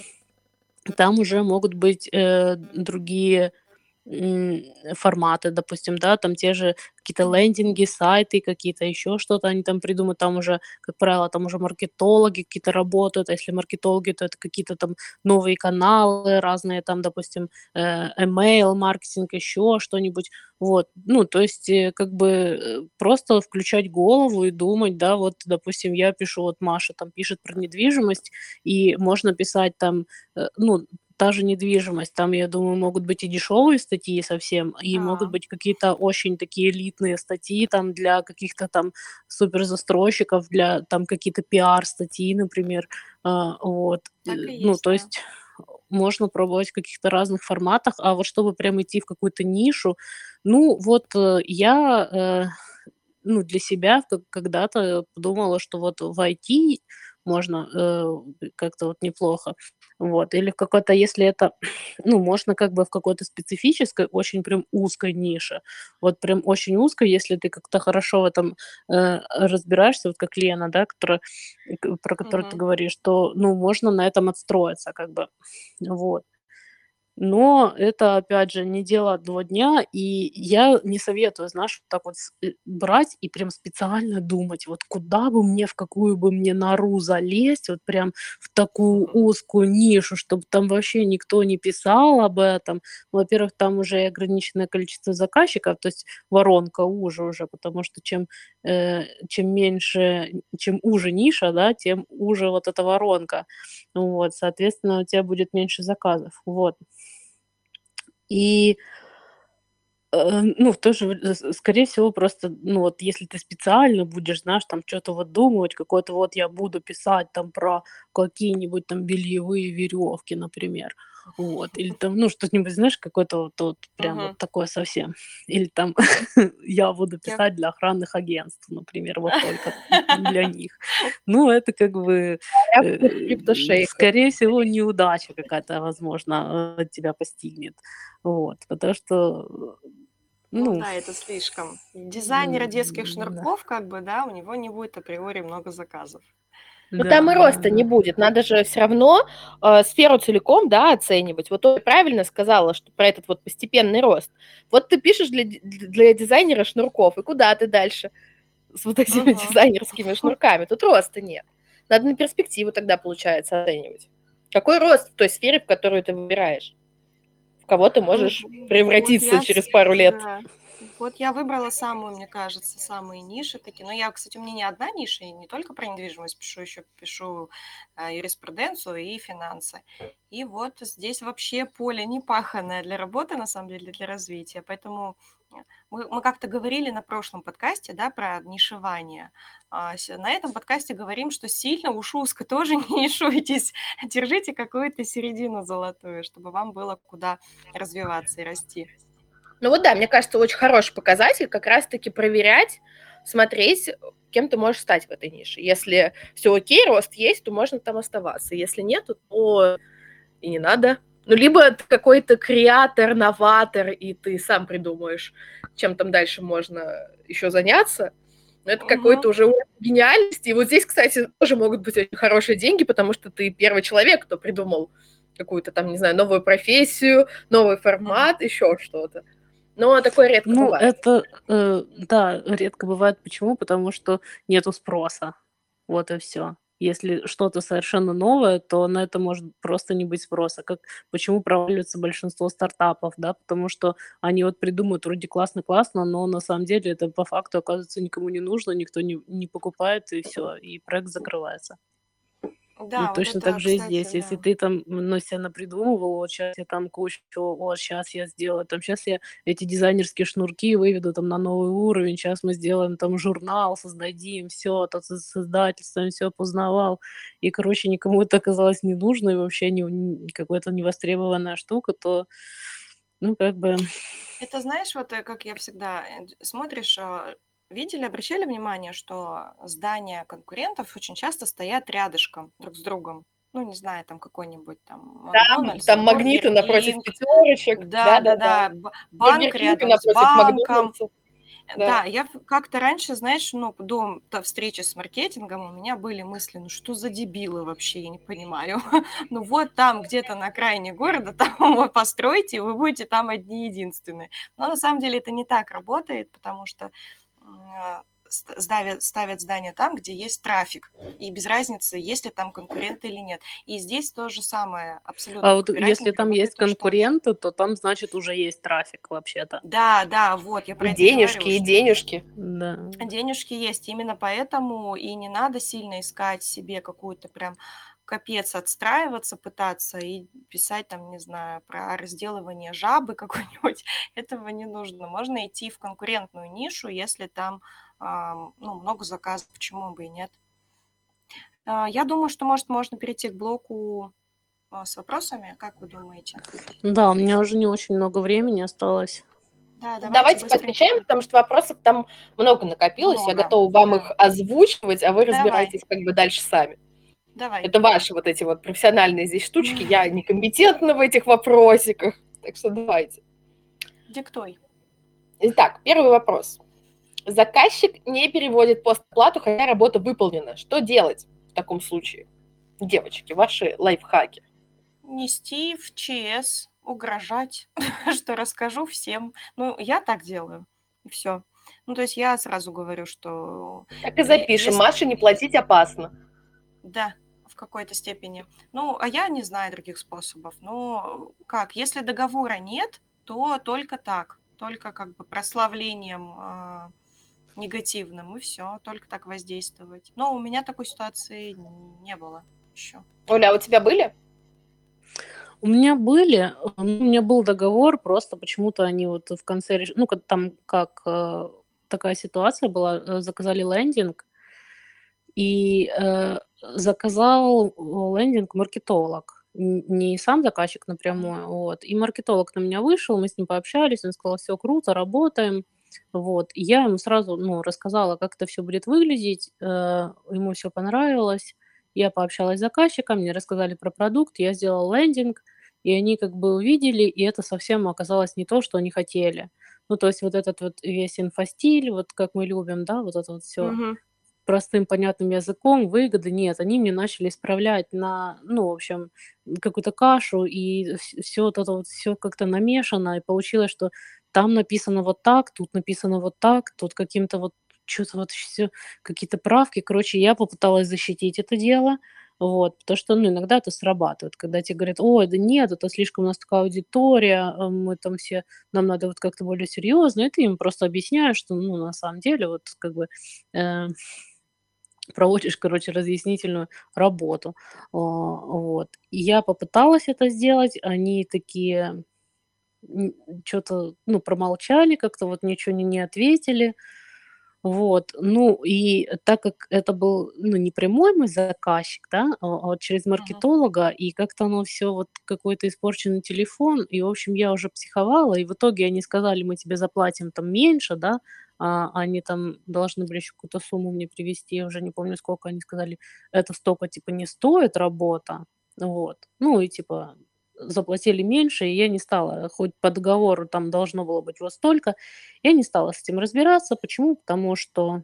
D: там уже могут быть э, другие м, форматы, допустим, да, там те же какие-то лендинги, сайты, какие-то еще что-то они там придумают, там уже, как правило, там уже маркетологи какие-то работают, а если маркетологи, то это какие-то там новые каналы разные, там, допустим, э, email, маркетинг, еще что-нибудь, вот, ну, то есть, э, как бы э, просто включать голову и думать, да, вот, допустим, я пишу, вот Маша там пишет про недвижимость, и можно писать там, э, ну, та же недвижимость, там, я думаю, могут быть и дешевые статьи совсем, и могут
A: А,
D: быть какие-то очень такие элитные статьи там для каких-то там суперзастройщиков, для там какие-то пиар-статьи, например. А, вот.
A: так
D: Э,
A: и
D: Ну,
A: есть,
D: то
A: да.
D: есть можно пробовать в каких-то разных форматах, а вот чтобы прям идти в какую-то нишу, ну, вот э, я э, ну, для себя как когда-то подумала, что вот в I T можно э, как-то вот неплохо. Вот. Или в какой-то, если это, ну, можно как бы в какой-то специфической, очень прям узкой нише. Вот прям очень узкой, если ты как-то хорошо в этом э, разбираешься, вот как Лена, да, которая, к- про которую ты
A: Мгм.
D: говоришь, то, ну, можно на этом отстроиться, как бы. Вот. Но это, опять же, не дело одного дня, и я не советую, знаешь, вот так вот с э, брать и прям специально думать, вот куда бы мне, в какую бы мне нору залезть, вот прям в такую узкую нишу, чтобы там вообще никто не писал об этом. Во-первых, там уже и ограниченное количество заказчиков, то есть воронка уже уже, потому что чем, э, чем меньше, чем уже ниша, да, тем уже вот эта воронка. Вот, соответственно, у тебя будет меньше заказов. Вот. И, э, ну, в то же вр с скорее всего, просто, ну, вот если ты специально будешь, знаешь, там что то выдумывать, какой-то вот я буду писать там про какие-нибудь там бельевые веревки, например, вот, или там, ну, что-нибудь, знаешь, какое-то вот вот прям вот
A: Мгм.
D: такое совсем. Или там я буду
A: Я
D: писать для охранных агентств, например, вот только для них. Ну, это как бы,
B: Ряпных
D: э,
B: криптошейков.
D: скорее всего, неудача какая-то, возможно, э, тебя постигнет. Вот, потому что, э,
A: Ну
D: ну,
A: да, это слишком. Дизайнера детских
D: м, да,
A: шнурков, как бы, да, у него не будет априори много заказов.
B: Но там и
D: да,
B: роста не
D: да-да.
B: будет. Надо же все равно э, сферу целиком, да, оценивать. Вот ты правильно сказала, что про этот вот постепенный рост. Вот ты пишешь для, ди- для дизайнера шнурков, и куда ты дальше с вот этими
A: Мгм.
B: дизайнерскими шнурками? Тут роста нет. Надо на перспективу тогда, получается, оценивать. Какой рост в той сфере, в которую ты выбираешь? В кого ты
A: Ну,
B: можешь
A: вот
B: превратиться
A: я,
B: через
A: с-
B: пару лет?
A: да, вот я выбрала самую, мне кажется, самые ниши такие. Но я, кстати, у меня не одна ниша, и не только про недвижимость пишу, еще пишу а, юриспруденцию и финансы. И вот здесь вообще поле не паханное для работы, на самом деле, для развития. Поэтому э, мы, мы как-то говорили на прошлом подкасте, да, про нишевание. А, с- на этом подкасте говорим, что сильно уж узко тоже не нишуйтесь. Держите какую-то середину золотую, чтобы вам было куда развиваться и расти.
B: Ну вот да, мне кажется, очень хороший показатель как раз-таки проверять, смотреть, кем ты можешь стать в этой нише. Если все окей, рост есть, то можно там оставаться. Если нет, то и не надо. Ну, либо ты какой-то креатор, новатор, и ты сам придумаешь, чем там дальше можно еще заняться. Но это какой-то
A: Мгм.
B: уже уровень гениальности. И вот здесь, кстати, тоже могут быть очень хорошие деньги, потому что ты первый человек, кто придумал какую-то там, не знаю, новую профессию, новый
A: Мгм.
B: формат, еще что-то. Но такое редко
D: Ну,
B: бывает.
D: это, э, да, редко бывает. Почему? Потому что нету спроса. Вот и все. Если что-то совершенно новое, то на это может просто не быть спроса. Как почему проваливается большинство стартапов, да? Потому что они вот придумают вроде классно-классно, но на самом деле это по факту оказывается никому не нужно, никто не не покупает, и все, и проект закрывается. Ну,
A: Да, вот
D: точно так
A: это,
D: же и
A: кстати,
D: здесь. Если
A: да.
D: ты там, ну, се напридумывал, вот щас я там кучу, вот щас я сделаю, там щас я эти дизайнерские шнурки выведу там на новый уровень, щас мы сделаем там журнал, создадим, всё, тут с с издательством всё поузнавал. И, короче, никому это оказалось не нужно, и вообще не н какая-то невостребованная штука, то, ну, как бы
A: Это знаешь, вот, э, как я всегда, э, д смотришь, а, видели, обращали внимание, что здания конкурентов очень часто стоят рядышком друг с другом? Ну, не знаю, там какой-нибудь там
B: Да,
A: "Макдональдс",
B: там
A: "Бургер
B: магниты напротив
A: Кинг.
B: пятерочек. Да-да-да.
A: Да-да-да, ба банк
B: Бургер Кинг
A: рядом с
B: напротив
A: банком.
B: "Макдональдса".
A: Э,
B: Да.
A: да, я в как-то раньше, знаешь, ну, до до встречи с маркетингом у меня были мысли: "Ну, что за дебилы вообще, я не понимаю. Ну, вот там где-то на окраине города, там вот постройте, и вы будете там одни единственные". Но на самом деле это не так работает, потому что, м, а, ст сдавят ставят здания там, где есть трафик, и без разницы, есть ли там конкуренты или нет. И здесь то же самое абсолютно.
D: А
A: В
D: вот если
A: копирайтинге
D: там есть
A: работает точно так же.
D: конкуренты, то там, значит, уже есть трафик вообще-то.
A: Да, да, вот, я про
B: И
A: это и говорю,
B: денежки, и
A: что
B: денежки.
D: Да.
A: денежки есть. Именно поэтому и не надо сильно искать себе какую-то прям капец, отстраиваться пытаться и писать там, не знаю, про разделывание жабы какой-нибудь. Этого не нужно. Можно идти в конкурентную нишу, если там, ам, ну, много заказов, почему бы и нет. А, я думаю, что, может, можно перейти к блоку, а, с вопросами. Как вы думаете?
D: Да, у меня уже не очень много времени осталось.
A: Да, давайте
B: Давайте
A: быстренько.
B: поотвечаем, потому что вопросов там много накопилось. Я
A: Много,
B: готова вам
A: да.
B: их озвучивать, а вы
A: Давай.
B: разбирайтесь как бы дальше сами.
A: Давай.
B: Это ваши вот эти вот профессиональные здесь штучки. Я некомпетентна в этих вопросиках, так что давайте.
A: Диктуй.
B: Итак, первый вопрос. Заказчик не переводит постоплату, хотя работа выполнена. Что делать в таком случае? Девочки, ваши лайфхаки.
A: Нести в ЧС, угрожать, что расскажу всем. Ну, я так делаю, и всё. Ну, то есть я сразу говорю, что
B: Так и
A: е
B: запишем.
A: ес
B: Маше не платить опасно.
A: Да, в какой-то степени. Ну, а я не знаю других способов. Но как, если договора нет, то только так, только как бы прославлением, а, негативным, и всё, только так воздействовать. Но у меня такой ситуации не было ещё.
B: Оля, а у тебя были?
D: У меня были, э, ну, у меня был договор, просто почему-то они вот в конце реш ну, как там, как, э, такая ситуация была, э, заказали лендинг, и, э, заказал лендинг маркетолог, н не сам заказчик
A: Мгм.
D: напрямую, вот. И маркетолог на меня вышел, мы с ним пообщались, он сказал: "Всё круто, работаем". Вот. И я ему сразу, ну, рассказала, как это всё будет выглядеть, э, ему всё понравилось. Я пообщалась с заказчиком, мне рассказали про продукт, я сделала лендинг, и они как бы увидели, и это совсем оказалось не то, что они хотели. Ну, то есть вот этот вот весь инфостиль, вот как мы любим, да, вот это вот всё
A: Мгм.
D: простым понятным языком, выгоды нет. Они мне начали исправлять на, ну, в общем, какую-то кашу, и вс всё вот это вот, всё как-то намешано, и получилось, что там написано вот так, тут написано вот так, тут каким-то вот чё-то вот всё, какие-то правки. Короче, я попыталась защитить это дело, вот, потому что, ну, иногда это срабатывает, когда тебе говорят: "Ой, да нет, это слишком у нас такая аудитория, э, мы там все, нам надо вот как-то более серьёзно". И ты им просто объясняешь, что, ну, на самом деле, вот как бы, э, проводишь, короче, разъяснительную работу. А, вот. И я попыталась это сделать, они такие, м, чё-то, ну, промолчали, как-то вот ничего не не ответили. Вот. Ну, и так как это был, ну, не прямой мой заказчик, да, а а вот через
A: Мгм.
D: маркетолога, и как-то оно всё вот какой-то испорченный телефон, и, в общем, я уже психовала, и в итоге они сказали: "Мы тебе заплатим там меньше", да, а они там должны были ещё какую-то сумму мне привезти, я уже не помню сколько. Они сказали: "Это столько, типа, не стоит работа". Вот. Ну и, типа, заплатили меньше, и я не стала, хоть по договору там должно было быть вот столько, я не стала с этим разбираться. Почему? Потому что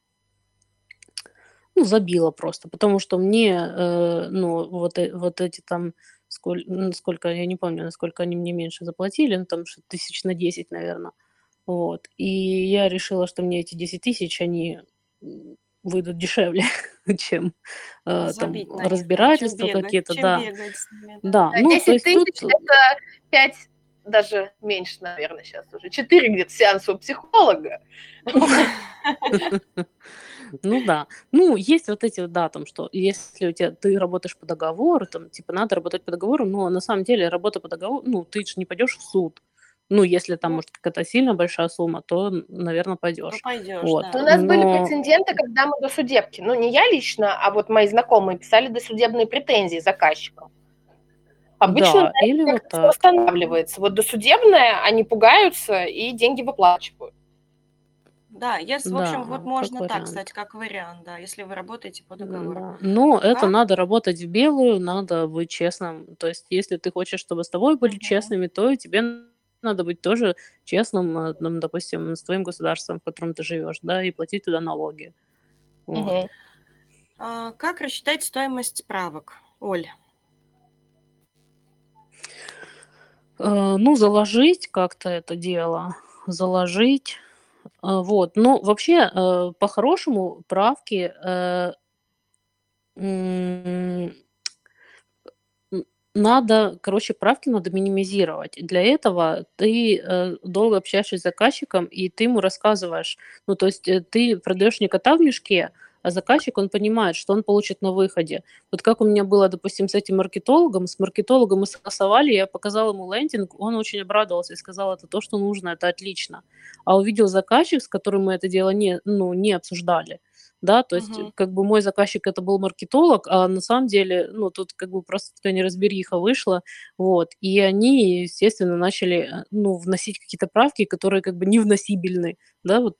D: ну, забила просто, потому что мне, э, ну, вот э вот эти там, сколь н сколько, я не помню, насколько они мне меньше заплатили, ну, там что-то тысяч на десять, наверно. Вот. И я решила, что мне эти десять тысяч, они, м, выйдут дешевле, чем, э, там
A: Забить на них, да, чем
D: разбирательства
A: бегать
D: какие-то,
A: чем
D: да.
A: бегать с ними, да.
D: Да,
B: Да,
D: ну, то
B: десять
D: есть тут
B: тысяч это пять, даже меньше, наверно, щас уже, четыре где-то сеанса у психолога.
D: Ну да. Ну, есть вот эти вот, да, там, что если у тебя ты работаешь по договору, там, типа, надо работать по договору, но на самом деле работа по договору, ну, ты же не пойдешь в суд. Ну, если там,
A: Ну,
D: может, какая-то сильно большая сумма, то, наверное,
A: ну
D: пойдешь.
A: пойдешь,
D: Вот.
B: Ну,
A: да.
B: у нас были
D: Но
B: прецеденты, когда мы до судебки, ну, не я лично, а вот мои знакомые писали досудебные претензии заказчикам. Обычно на
D: да,
B: этом
D: или вот
B: как-то все
D: так.
B: останавливается. Вот досудебное, они пугаются и деньги выплачивают.
A: Да, есть, в общем, вот
D: Да, как
A: можно так,
D: вариант.
A: кстати, как вариант, да, если вы работаете по договору.
D: Да. Но это
A: Как?
D: надо работать в белую, надо быть честным. То есть, если ты хочешь, чтобы с тобой были
A: Мгм.
D: честными, то и тебе надо быть тоже честным, э, ну, допустим, с твоим государством, в котором ты живешь, да, и платить туда налоги. Вот.
B: Мгм.
A: А, как рассчитать стоимость справок, Оль?
D: Э, Ну, заложить как-то это дело, заложить. А, Вот. Ну, вообще, э, по-хорошему, правки э, м, М, надо, короче, правки надо минимизировать. Для этого ты э, долго общаешься с заказчиком, и ты ему рассказываешь. Ну, то есть э, ты продаешь не кота в мешке, а заказчик, он понимает, что он получит на выходе. Вот как у меня было, допустим, с этим маркетологом. С маркетологом мы согласовали, я показала ему лендинг, он очень обрадовался и сказал, это то, что нужно, это отлично. А увидел заказчик, с которым мы это дело не, ну, не обсуждали, да, то есть,
A: Мгм.
D: как бы мой заказчик это был маркетолог, а на самом деле, ну, тут как бы просто такая неразбериха вышла, вот, и они, естественно, начали, э, ну, вносить какие-то правки, которые как бы невносибельны, да, вот,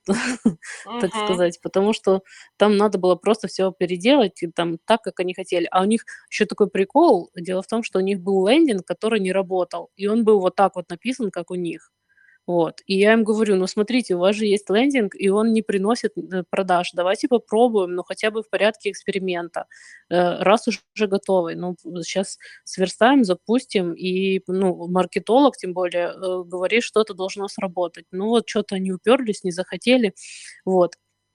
D: так
A: Мгм.
D: сказать, потому что там надо было просто все переделать, и там так, как они хотели. А у них еще такой прикол, дело в том, что у них был лендинг, который не работал, и он был вот так вот написан, как у них. Вот. И я им говорю: "Ну, смотрите, у вас же есть лендинг, и он не приносит, э, продаж. Давайте попробуем, ну, хотя бы в порядке эксперимента. Э, раз уж уже готовый, ну, сейчас сверстаем, запустим". И, ну, маркетолог, тем более, э, говорит, что это должно сработать. Ну, вот что то они уперлись, не захотели. Вот.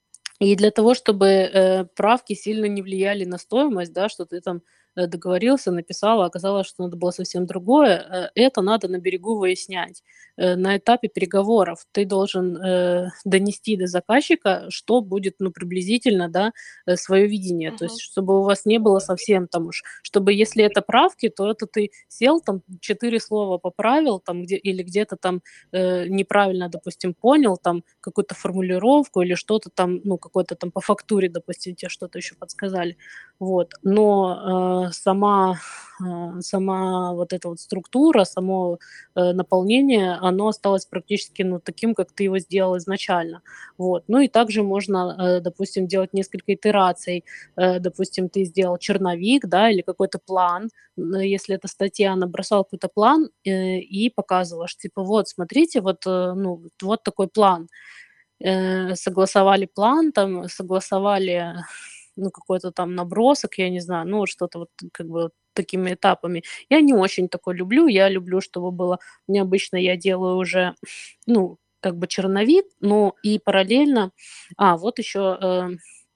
D: И для того, чтобы, э, правки сильно не влияли на стоимость, да, что ты там, э, договорился, написал, а оказалось, что надо было совсем другое, э, это надо на берегу выяснять. Э, на этапе переговоров ты должен, э, донести до заказчика, что будет, ну, приблизительно, да, э, свое видение. То есть
A: Мгм.
D: чтобы у вас не было совсем там уж, чтобы если это правки, то это ты сел, там четыре слова поправил там где или где-то там э, неправильно, допустим, понял там какую-то формулировку или что-то там, ну, какое-то там по фактуре, допустим, тебе что-то еще подсказали. Вот. Но э, сама, э, сама вот эта вот структура, само э, наполнение, оно осталось практически, ну, таким, как ты его сделал изначально. Вот. Ну и также можно, э, допустим, делать несколько итераций. Э, допустим, ты сделал черновик, да, или какой-то план, н если это статья, набросал какой-то план, э, и показываешь, типа: "Вот, смотрите, вот, э, ну, вот вот такой план". Э, согласовали план, там, согласовали, ну, какой-то там набросок, я не знаю, ну, вот что-то вот как бы вот такими этапами. Я не очень такое люблю. Я люблю, чтобы было мне обычно я делаю уже, ну, как бы черновик, но и параллельно А, вот еще, э,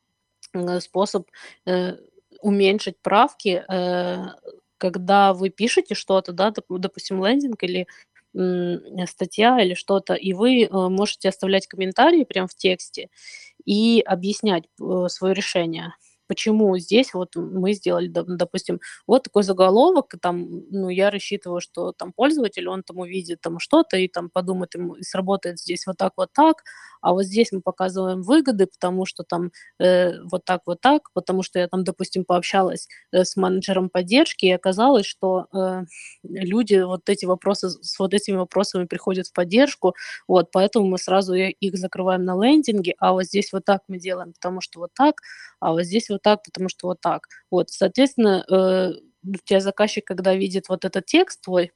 D: э, способ, э, уменьшить правки, э, когда вы пишете что-то, да, доп допустим, лендинг или, м, статья или что-то, и вы, э, можете оставлять комментарии прям в тексте и объяснять, э, свое решение. Почему здесь вот мы сделали, доп допустим, вот такой заголовок, там, ну, я рассчитываю, что там пользователь, он там увидит там что-то и там подумает, ему и сработает здесь вот так, вот так, а вот здесь мы показываем выгоды, потому что там э, вот так, вот так, потому что я там, допустим, пообщалась э, с менеджером поддержки, и оказалось, что э, люди вот эти вопросы, с вот этими вопросами приходят в поддержку, вот, поэтому мы сразу и- их закрываем на лендинге, а вот здесь вот так мы делаем, потому что вот так, а вот здесь вот так, потому что вот так. Вот, соответственно, э, у тебя заказчик, когда видит вот этот текст твой,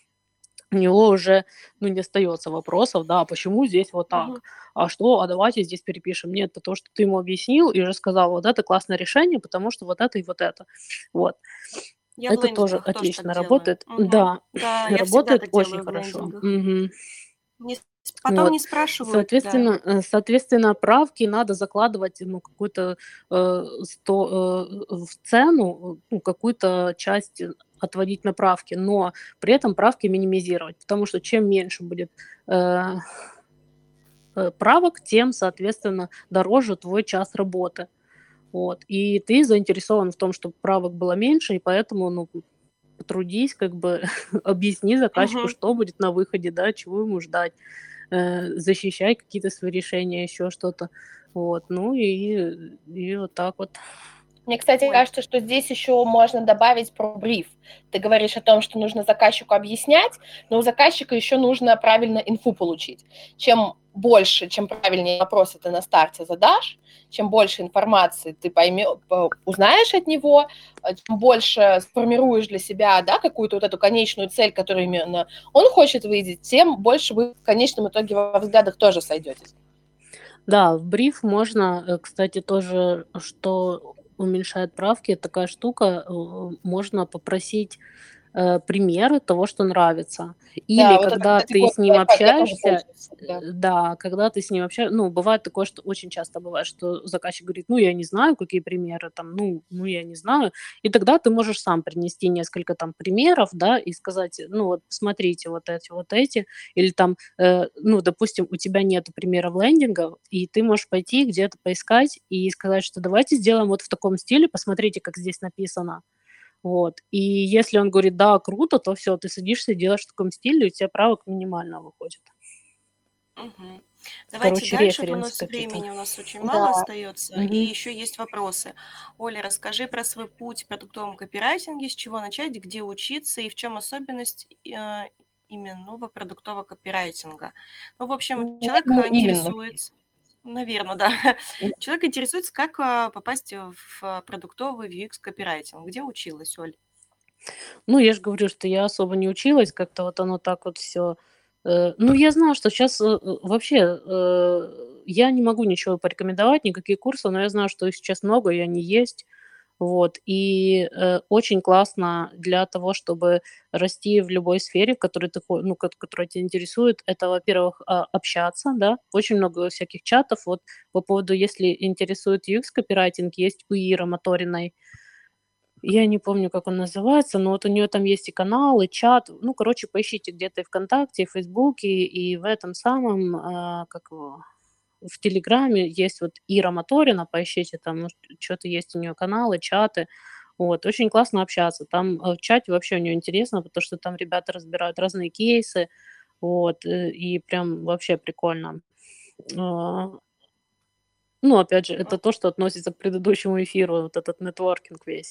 D: у него уже, ну, не остается вопросов, да, а почему здесь вот
A: Мгм.
D: так, а что, а давайте здесь перепишем. Нет, это то, что ты ему объяснил и уже сказал, вот это классное решение, потому что вот это и вот это. Вот.
A: Я в
D: Это тоже
A: лендингах тоже так
D: отлично
A: делаю.
D: работает.
A: Мгм.
D: Да,
A: Да, я всегда
D: работает
A: так
D: очень
A: делаю в
D: хорошо.
A: лендингах.
D: Мгм.
A: Не с Потом
D: Вот.
A: не спрашивают, да.
D: Соответственно, э, соответственно, правки надо закладывать, ну, какую-то, э, сто э, в цену, ну, какую-то часть э, отводить на правки, но при этом правки минимизировать, потому что чем меньше будет, э, э, правок, тем, соответственно, дороже твой час работы. Вот. И ты заинтересован в том, чтобы правок было меньше, и поэтому, ну, потрудись, как бы объясни заказчику,
A: Мгм.
D: что будет на выходе, да, чего ему ждать, э, защищай какие-то свои решения, еще что-то. Вот. Ну и, и вот так вот.
B: Мне, кстати,
A: Оль,
B: кажется, что здесь еще можно добавить про бриф. Ты говоришь о том, что нужно заказчику объяснять, но у заказчика еще нужно правильно инфу получить. Чем больше, чем правильнее вопросы ты на старте задашь, чем больше информации ты поймешь, узнаешь от него, чем больше сформируешь для себя, да, какую-то вот эту конечную цель, которую именно он хочет видеть, тем больше вы в конечном итоге во взглядах тоже сойдетесь.
D: Да, в бриф можно, э, кстати, тоже, что уменьшает правки, такая штука, э, можно попросить э, примеры того, что нравится. Или
B: Да, вот это,
D: когда
B: кстати,
D: ты с
B: годный
D: ним
B: лайфхак, я тоже
D: общаешься,
B: пользуюсь. Да.
D: э, да, когда ты с ним общаешься, ну, бывает такое, что очень часто бывает, что заказчик говорит, ну, я не знаю, какие примеры, там, ну, ну, я не знаю, и тогда ты можешь сам принести несколько там примеров, да, и сказать, ну, вот, смотрите, вот эти, вот эти, или там, э, ну, допустим, у тебя нет примеров лендингов, и ты можешь пойти где-то поискать и сказать, что давайте сделаем вот в таком стиле, посмотрите, как здесь написано. Вот. И если он говорит, да, круто, то все, ты садишься, делаешь в таком стиле, и у тебя правок минимально выходит.
A: Мгм. Давайте
D: Короче,
A: дальше, а то у
D: референсы
A: нас
D: какие-то.
A: времени у нас очень
B: Да.
A: мало остается, и
D: Мгм.
A: еще есть вопросы. Оля, расскажи про свой путь в продуктовом копирайтинге, с чего начать, где учиться и в чем особенность э, именно продуктового копирайтинга. Ну, в общем, человек
B: Ну,
A: э,
B: именно.
A: интересуется, наверное, да. Человек интересуется, как э, попасть в э, продуктовый ю экс копирайтинг. Где училась, Оль?
D: Ну, я же говорю, что я особо не училась, как-то вот оно так вот все. Ну, я знаю, что сейчас вообще э, я не могу ничего порекомендовать, никакие курсы, но я знаю, что их сейчас много, и они есть. Вот. И э, очень классно для того, чтобы расти в любой сфере, в которой ты, хо- ну, ко- которая тебя интересует, это, во-первых, а, общаться, да, очень много всяких чатов. Вот по поводу, если интересует ю экс-копирайтинг, есть у Иры Моториной, я не помню, как он называется, но вот у нее там есть и канал, и чат. Ну, короче, поищите где-то и ВКонтакте, и в Фейсбуке, и в этом самом, а, как его, в Телеграме есть вот Ира Моторина, поищите, там ну, что-то есть у нее каналы, чаты. Вот, очень классно общаться. Там э, в чате вообще у нее интересно, потому что там ребята разбирают разные кейсы, вот, э, и прям вообще прикольно. А, Ну, опять же, это то, что относится к предыдущему эфиру, вот этот нетворкинг весь.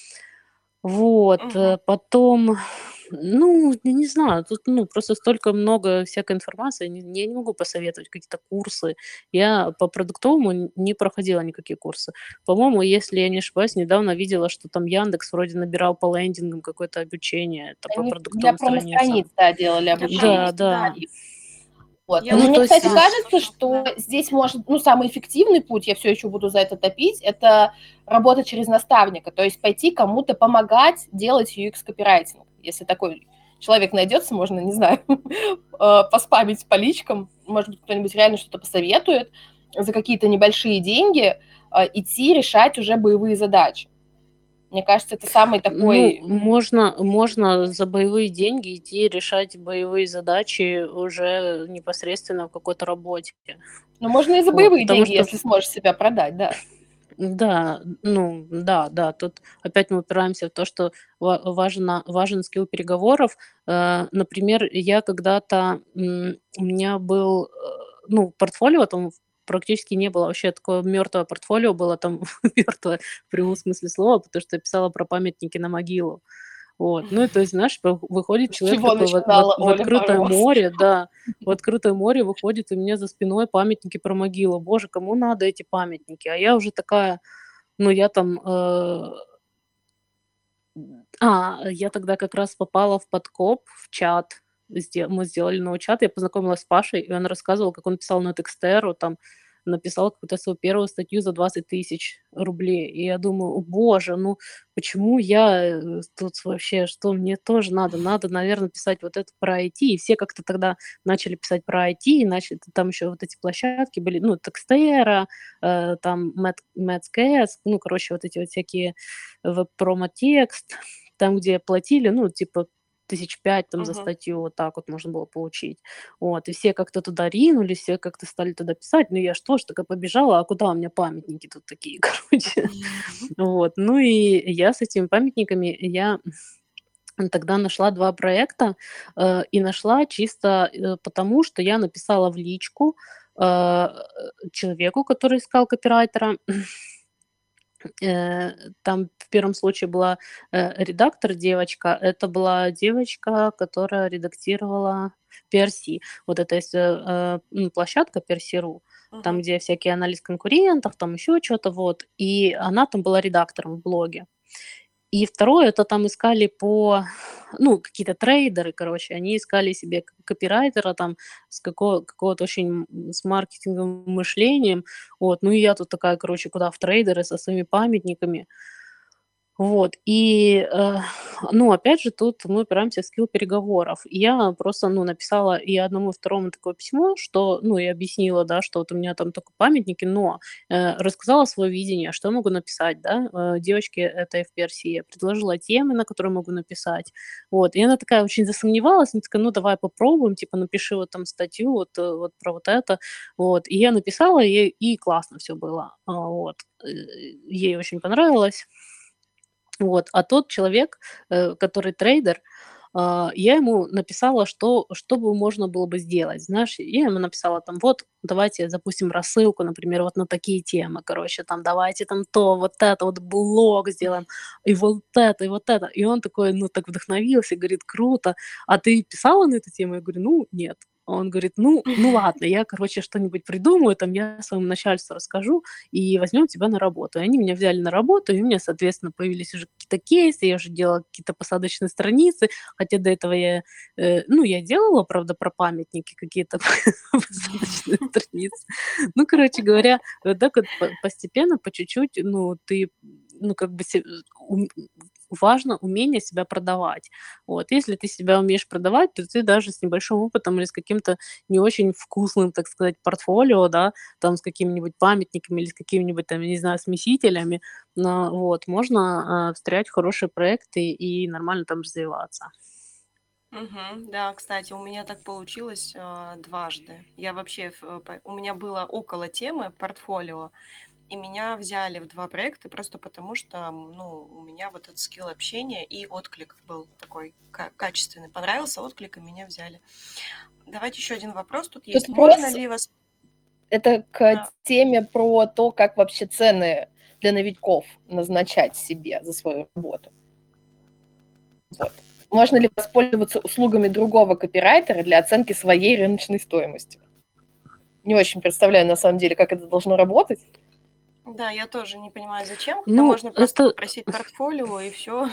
D: Вот,
A: Мгм.
D: э, потом, ну, я не знаю, тут, ну, просто столько много всякой информации, не я не могу посоветовать какие-то курсы. Я по продуктовому н не проходила никакие курсы. По-моему, если я не ошибаюсь, недавно видела, что там Яндекс вроде набирал по лендингам какое-то обучение, это по
B: Они для
D: продуктовым
B: промо-страниц,
D: страницам.
B: да, делали
A: Для
B: обучение.
D: Да,
A: промо, да.
D: да.
B: Вот.
A: Я
B: Но
D: Ну,
A: вот
B: мне,
D: то есть
B: кстати,
A: писала
D: здесь
B: кажется,
A: тоже,
B: что
A: да.
B: здесь может, ну, самый эффективный путь, я все еще буду за это топить, это работа через наставника, то есть пойти кому-то помогать делать ю экс-копирайтинг. Если такой человек найдется, можно, не знаю, э, поспамить по личкам, может быть, кто-нибудь реально что-то посоветует, за какие-то небольшие деньги э, идти решать уже боевые задачи. Мне кажется, это самый
D: Ну,
B: такой...
D: можно можно за боевые деньги идти решать боевые задачи уже непосредственно в какой-то работе.
B: Ну, можно и за
D: Вот,
B: боевые
D: потому
B: деньги,
D: что
B: если сможешь себя продать, да.
D: да, ну да, да, тут опять мы упираемся в то, что ва важно важен скилл переговоров. Э, например, я когда-то, м, у меня был, э, ну, портфолио, там практически не было, вообще такое мертвое портфолио было, там мертвое в прямом смысле слова, потому что я писала про памятники на могилу. Вот. Ну, и то есть, знаешь, вы выходит
B: С
D: человек
B: чего
D: такой в в
B: начинала
D: в
B: Оля
D: открытое
B: Мороз?
D: море, да, в открытое море выходит, и у меня за спиной памятники про могилу. Боже, кому надо эти памятники? А я уже такая, ну, я там, э, а, я тогда как раз попала в подкоп, в чат. Сде Мы сделали новый чат, я познакомилась с Пашей, и он рассказывал, как он писал на Текстеру, там, написал какую-то свою первую статью за двадцать тысяч рублей. И я думаю: "О боже, ну почему я, э, тут вообще, что мне тоже надо? Надо, наверное, писать вот это про ай ти". И все как-то тогда начали писать про ай ти, и начали там еще вот эти площадки были, ну, Текстера, э, там Мэт Мэтскэс, ну, короче, вот эти вот всякие веб-промо-текст, там, где платили, ну, типа тысяч пять там за
A: Мгм.
D: статью, вот так вот можно было получить. Вот, и все как-то туда ринулись, все как-то стали туда писать, ну я ж тоже такая побежала, а куда у меня памятники тут такие, короче. Вот, ну и я с этими памятниками, я тогда нашла два проекта, э, и нашла чисто, э, потому, что я написала в личку, э, человеку, который искал копирайтера. Э, там в первом случае была, э, редактор девочка. Это была девочка, которая редактировала пи ар си. Вот это есть, э, э, ну, площадка пи ар си точка ру, там,
A: Мгм.
D: где всякий анализ конкурентов, там еще что то вот. И она там была редактором в блоге. И второе, это там искали по ну, какие-то трейдеры, короче, они искали себе к копирайтера там с какого какого-то очень, м, с маркетинговым мышлением. Вот, ну и я тут такая, короче, куда в трейдеры со своими памятниками. Вот, и, э, ну, опять же, тут мы упираемся в скилл переговоров. И я просто, ну, написала и одному, и второму такое письмо, что, ну, и объяснила, да, что вот у меня там только памятники, но, э, рассказала свое видение, что я могу написать, да, э, девочке этой в пи ар си. Я предложила темы, на которые могу написать. Вот, и она такая очень засомневалась, она такая: "Ну, давай попробуем, типа, напиши вот там статью вот, э, вот про вот это". Вот, и я написала, и и классно все было. А, вот, э, ей очень понравилось. Вот, а тот человек, э, который трейдер, а, я ему написала, что что бы можно было бы сделать. Знаешь, я ему написала там: "Вот давайте запустим рассылку, например, вот на такие темы, короче, там давайте там то, вот это, вот блог сделаем, и вот это, и вот это". И он такой, ну, так вдохновился, говорит: "Круто. А ты писала на эту тему?" Я говорю: "Ну, нет". Он говорит: "Ну ну ладно, я, короче, что-нибудь придумаю, там я своему начальству расскажу, и возьмем тебя на работу". И они меня взяли на работу, и у меня, соответственно, появились уже какие-то кейсы, я уже делала какие-то посадочные страницы, хотя до этого я, э, ну, я делала, правда, про памятники какие-то посадочные страницы. Ну, короче говоря, вот так вот по постепенно, по чуть-чуть, ну, ты, ну, как бы се ум важно умение себя продавать. Вот, если ты себя умеешь продавать, то ты даже с небольшим опытом или с каким-то не очень вкусным, так сказать, портфолио, да, там с какими-нибудь памятниками или с какими-нибудь там, я не знаю, смесителями, на вот, можно, а, встрять в хорошие проекты и нормально там развиваться.
A: Мгм. Да, кстати, у меня так получилось а, дважды. Я вообще, в- э, по- у меня было около темы портфолио, и меня взяли в два проекта просто потому, что, м, ну, у меня вот этот скилл общения и отклик был такой ка- качественный. Понравился отклик, и меня взяли. Давайте еще один вопрос тут
B: Тут
A: есть. Можно
B: вопрос,
A: ли вас...
B: это к
A: а,
B: теме про то, как вообще цены для новичков назначать себе за свою работу. Вот. Можно ли воспользоваться услугами другого копирайтера для оценки своей рыночной стоимости? Не очень представляю, на самом деле, как это должно работать.
A: Да, я тоже не понимаю, зачем, когда
D: Ну,
A: можно просто
D: это
A: попросить портфолио и все.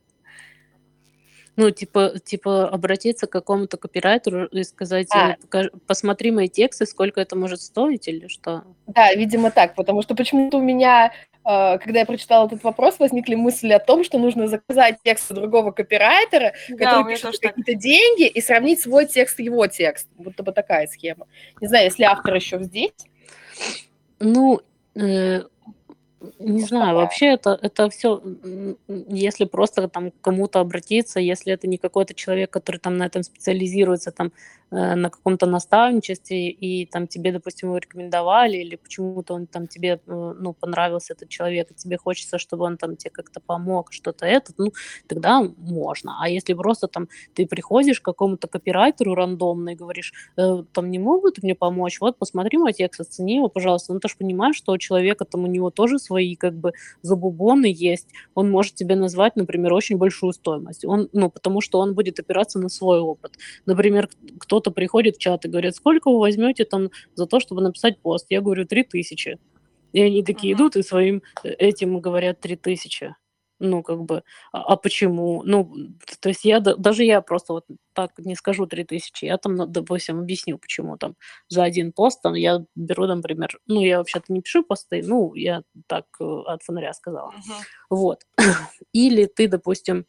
D: Ну, типа типа обратиться к какому-то копирайтеру и сказать,
B: А,
D: э, покаж посмотри мои тексты, сколько это может стоить или что?
B: да, видимо, так, потому что почему-то у меня, э, когда я прочитала этот вопрос, возникли мысли о том, что нужно заказать текст другого копирайтера,
A: Да,
B: который
A: у меня
B: пишет
A: тоже
B: за
A: так.
B: какие-то деньги, и сравнить свой текст и его текст. Будто бы такая схема. Не знаю, если автор еще здесь,
D: Ну, э, не
B: может,
D: знаю,
B: такая.
D: вообще это это все, если просто там к кому-то обратиться, если это не какой-то человек, который там на этом специализируется, там, э, на каком-то наставничестве, и там тебе, допустим, его рекомендовали, или почему-то он там тебе, э, ну, понравился этот человек, и тебе хочется, чтобы он там тебе как-то помог, что-то это, ну, тогда можно. А если просто там ты приходишь к какому-то копирайтеру рандомно и говоришь: э, там не могут мне помочь, вот посмотри мой текст, оцени его, пожалуйста. Ну, ты ж понимаешь, что у человека там, у него тоже свои как бы забубоны есть. Он может тебе назвать, например, очень большую стоимость. Он, ну, потому что он будет опираться на свой опыт. Например, к- кто-то приходит в чат и говорит: сколько вы возьмете там за то, чтобы написать пост? Я говорю: три тысячи. И они такие
A: Мгм.
D: идут и своим э, этим говорят три тысячи. Ну, как бы, а, а почему? Ну, т- то есть я, да- даже я просто вот так не скажу три тысячи, я там, ну, допустим, объясню, почему там за один пост там я беру, например, ну, я вообще-то не пишу посты, ну, я так э, от фонаря сказала.
A: Мгм.
D: Вот. Или ты, допустим,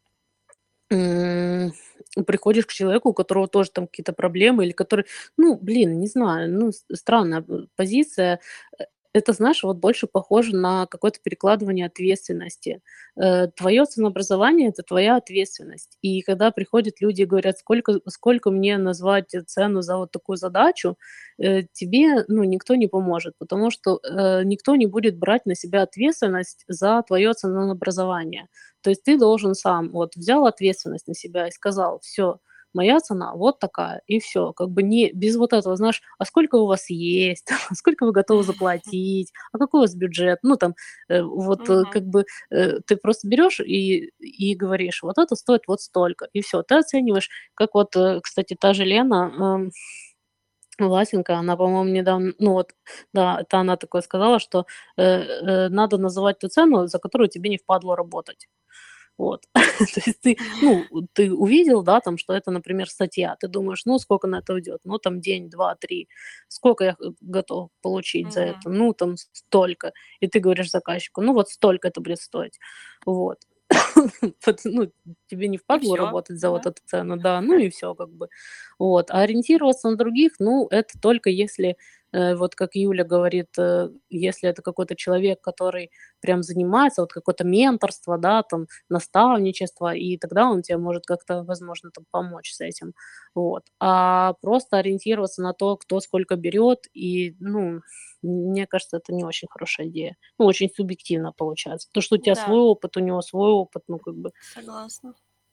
D: м, приходишь к человеку, у которого тоже там какие-то проблемы, или который, ну, блин, не знаю, ну, с- странная э, позиция. это, знаешь, вот больше похоже на какое-то перекладывание ответственности. Э, твое ценообразование — это твоя ответственность. И когда приходят люди и говорят, сколько, сколько мне назвать цену за вот такую задачу, э, тебе, ну, никто не поможет, потому что э, никто не будет брать на себя ответственность за твое ценообразование. То есть ты должен сам, вот, взял ответственность на себя и сказал, все, моя цена вот такая, и все, как бы не без вот этого, знаешь, а сколько у вас есть, а сколько вы готовы заплатить, а какой у вас бюджет, ну там э, вот э,
A: Мгм.
D: как бы э, ты просто берешь и, и говоришь, вот это стоит вот столько, и все, ты оцениваешь, как вот, э, кстати, та же Лена, эм, Власенко, она, по-моему, недавно, ну вот, да, это она такое сказала, что э, э, надо называть ту цену, за которую тебе не впадло работать. Вот. То есть ты, ну, ты увидел, да, там, что это, например, статья. Ты думаешь, ну, сколько на это уйдет? Ну, там, день, два, три. Сколько я э, готов получить за это?
A: Мгм.
D: Ну, там, столько. И ты говоришь заказчику, ну, вот столько это будет стоить. Вот. Вот, ну, тебе не
A: И
D: впадло
A: все,
D: работать за вот
A: да?
D: эту цену, да, ну и все как бы. Вот. А ориентироваться на других, ну, это только если, э, вот как Юля говорит, э, если это какой-то человек, который прям занимается, вот какое-то менторство, да, там, наставничество, и тогда он тебе может как-то, возможно, там помочь с этим. Вот. А просто ориентироваться на то, кто сколько берет, и, ну, мне кажется, это не очень хорошая идея. Ну, очень субъективно получается. Потому что у тебя свой
A: Да,
D: опыт, у него свой опыт, ну, как бы.
A: согласна.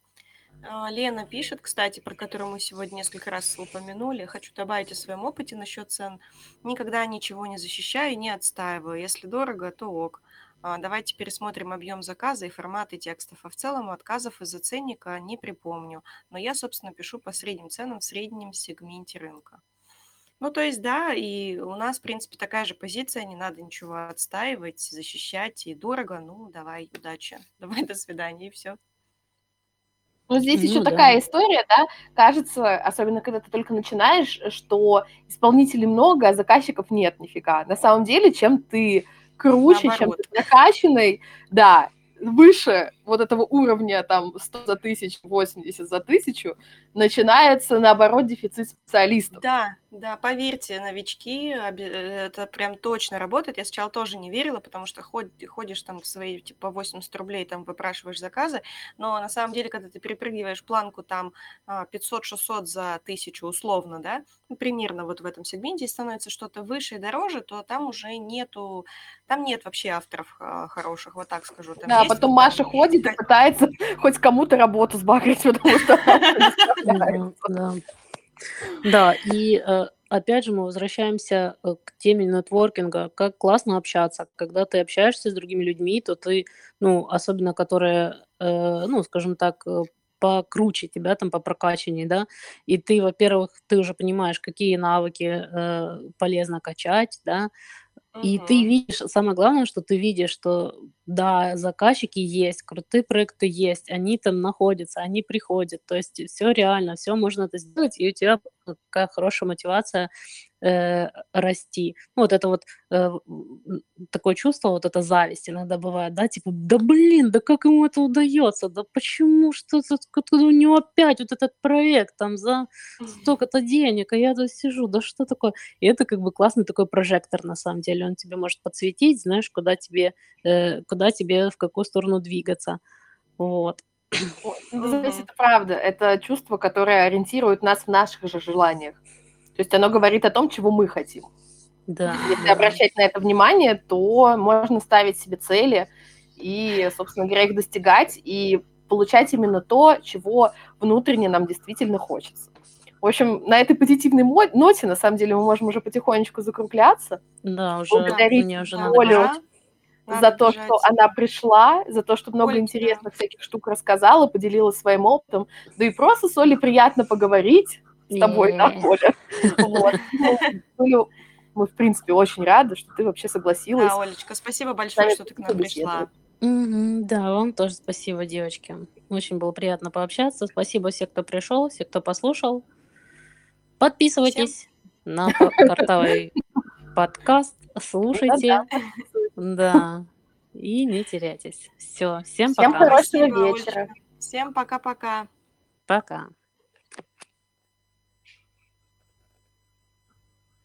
A: А, Лена пишет, кстати, про которую мы сегодня несколько раз упомянули. Хочу добавить о своем опыте насчет цен. Никогда ничего не защищаю и не отстаиваю. Если дорого, то ок. А, Давайте пересмотрим объем заказа и форматы текстов. А в целом отказов из-за ценника не припомню. Но я, собственно, пишу по средним ценам в среднем сегменте рынка. Ну, то есть, да, и у нас, в принципе, такая же позиция. Не надо ничего отстаивать, защищать. И дорого, ну, давай, удачи. Давай, до свидания, и все.
B: Ну, здесь еще
D: Ну, да.
B: такая история, да, кажется, особенно когда ты только начинаешь, что исполнителей много, а заказчиков нет нифига. На самом деле, чем ты круче, чем
A: Наоборот.
B: ты накачанный, да, выше вот этого уровня, там, сто за тысячу, восемьдесят за тысячу, начинается, наоборот, дефицит специалистов.
A: Да, да, поверьте, новички, обе- э, это прям точно работает. Я сначала тоже не верила, потому что ход- ходишь там в свои, типа, восемьдесят рублей, там, выпрашиваешь заказы, но на самом деле, когда ты перепрыгиваешь планку, там, а, пятьсот-шестьсот за тысячу условно, да, ну, примерно вот в этом сегменте, и становится что-то выше и дороже, то там уже нету, там нет вообще авторов а, хороших, вот так скажу. Там
B: Да,
A: есть
B: потом
A: вот там...
B: Маша ходит и пытается хоть кому-то работу сбагрить, потому что она не справляется.
D: Да, да. Да, и э, опять же мы возвращаемся э, к теме нетворкинга. Как классно общаться. Когда ты общаешься с другими людьми, то ты, ну, особенно которые, э, ну, скажем так, э, покруче тебя, там, по прокачанию, да, и ты, во-первых, ты уже понимаешь, какие навыки э, полезно качать, да, и ты
A: Мгм.
D: видишь, самое главное, что ты видишь, что да, заказчики есть, крутые проекты есть, они там находятся, они приходят, то есть все реально, все можно это сделать, и у тебя такая хорошая мотивация э, расти. Ну, вот это вот э, м, такое чувство, вот это зависть иногда бывает, да, типа, да блин, да как ему это удается, да почему, что тут, откуда у него опять вот этот проект там за столько-то денег, а я тут сижу, да что такое? И это как бы классный такой прожектор, на самом деле. Он тебе может подсветить, знаешь, куда тебе, э, куда тебе, в какую сторону двигаться. Вот.
B: Ой, ну, знаете,
A: Мгм.
B: это правда. Это чувство, которое ориентирует нас в наших же желаниях. То есть оно говорит о том, чего мы хотим.
D: Да,
B: Если
D: да.
B: обращать на это внимание, то можно ставить себе цели и, собственно говоря, их достигать и получать именно то, чего внутренне нам действительно хочется. В общем, на этой позитивной мо- ноте, на самом деле, мы можем уже потихонечку закругляться.
D: Да, уже
A: Да,
B: Благодарить
D: мне уже
A: да,
D: надо
B: Олю
D: бежать.
A: пора.
B: за
A: Надо
B: то, что
A: бежать.
B: она пришла, за то, что много
A: Ольге, да.
B: интересных всяких штук рассказала, поделилась своим опытом. Да и просто с Олей приятно поговорить с тобой, да,
D: Е.
B: Оля? Вот. Ну, Олю, мы, в принципе, очень рады, что ты вообще согласилась
A: Да, Олечка, спасибо
B: с
A: большое,
B: нами
A: что ты к нам пришла.
B: побеседовать.
D: Мгм, да, вам тоже спасибо, девочки. Очень было приятно пообщаться. Спасибо всем, кто пришел, всем, кто послушал.
A: Всем
D: Подписывайтесь на по- картавый подкаст,
B: Да-да,
D: слушайте,
B: подписывайтесь.
D: да, и не теряйтесь. Все, всем
B: Всем
D: пока.
B: хорошего
A: Спасибо,
B: вечера.
A: Олечка. Всем пока-пока.
D: Пока.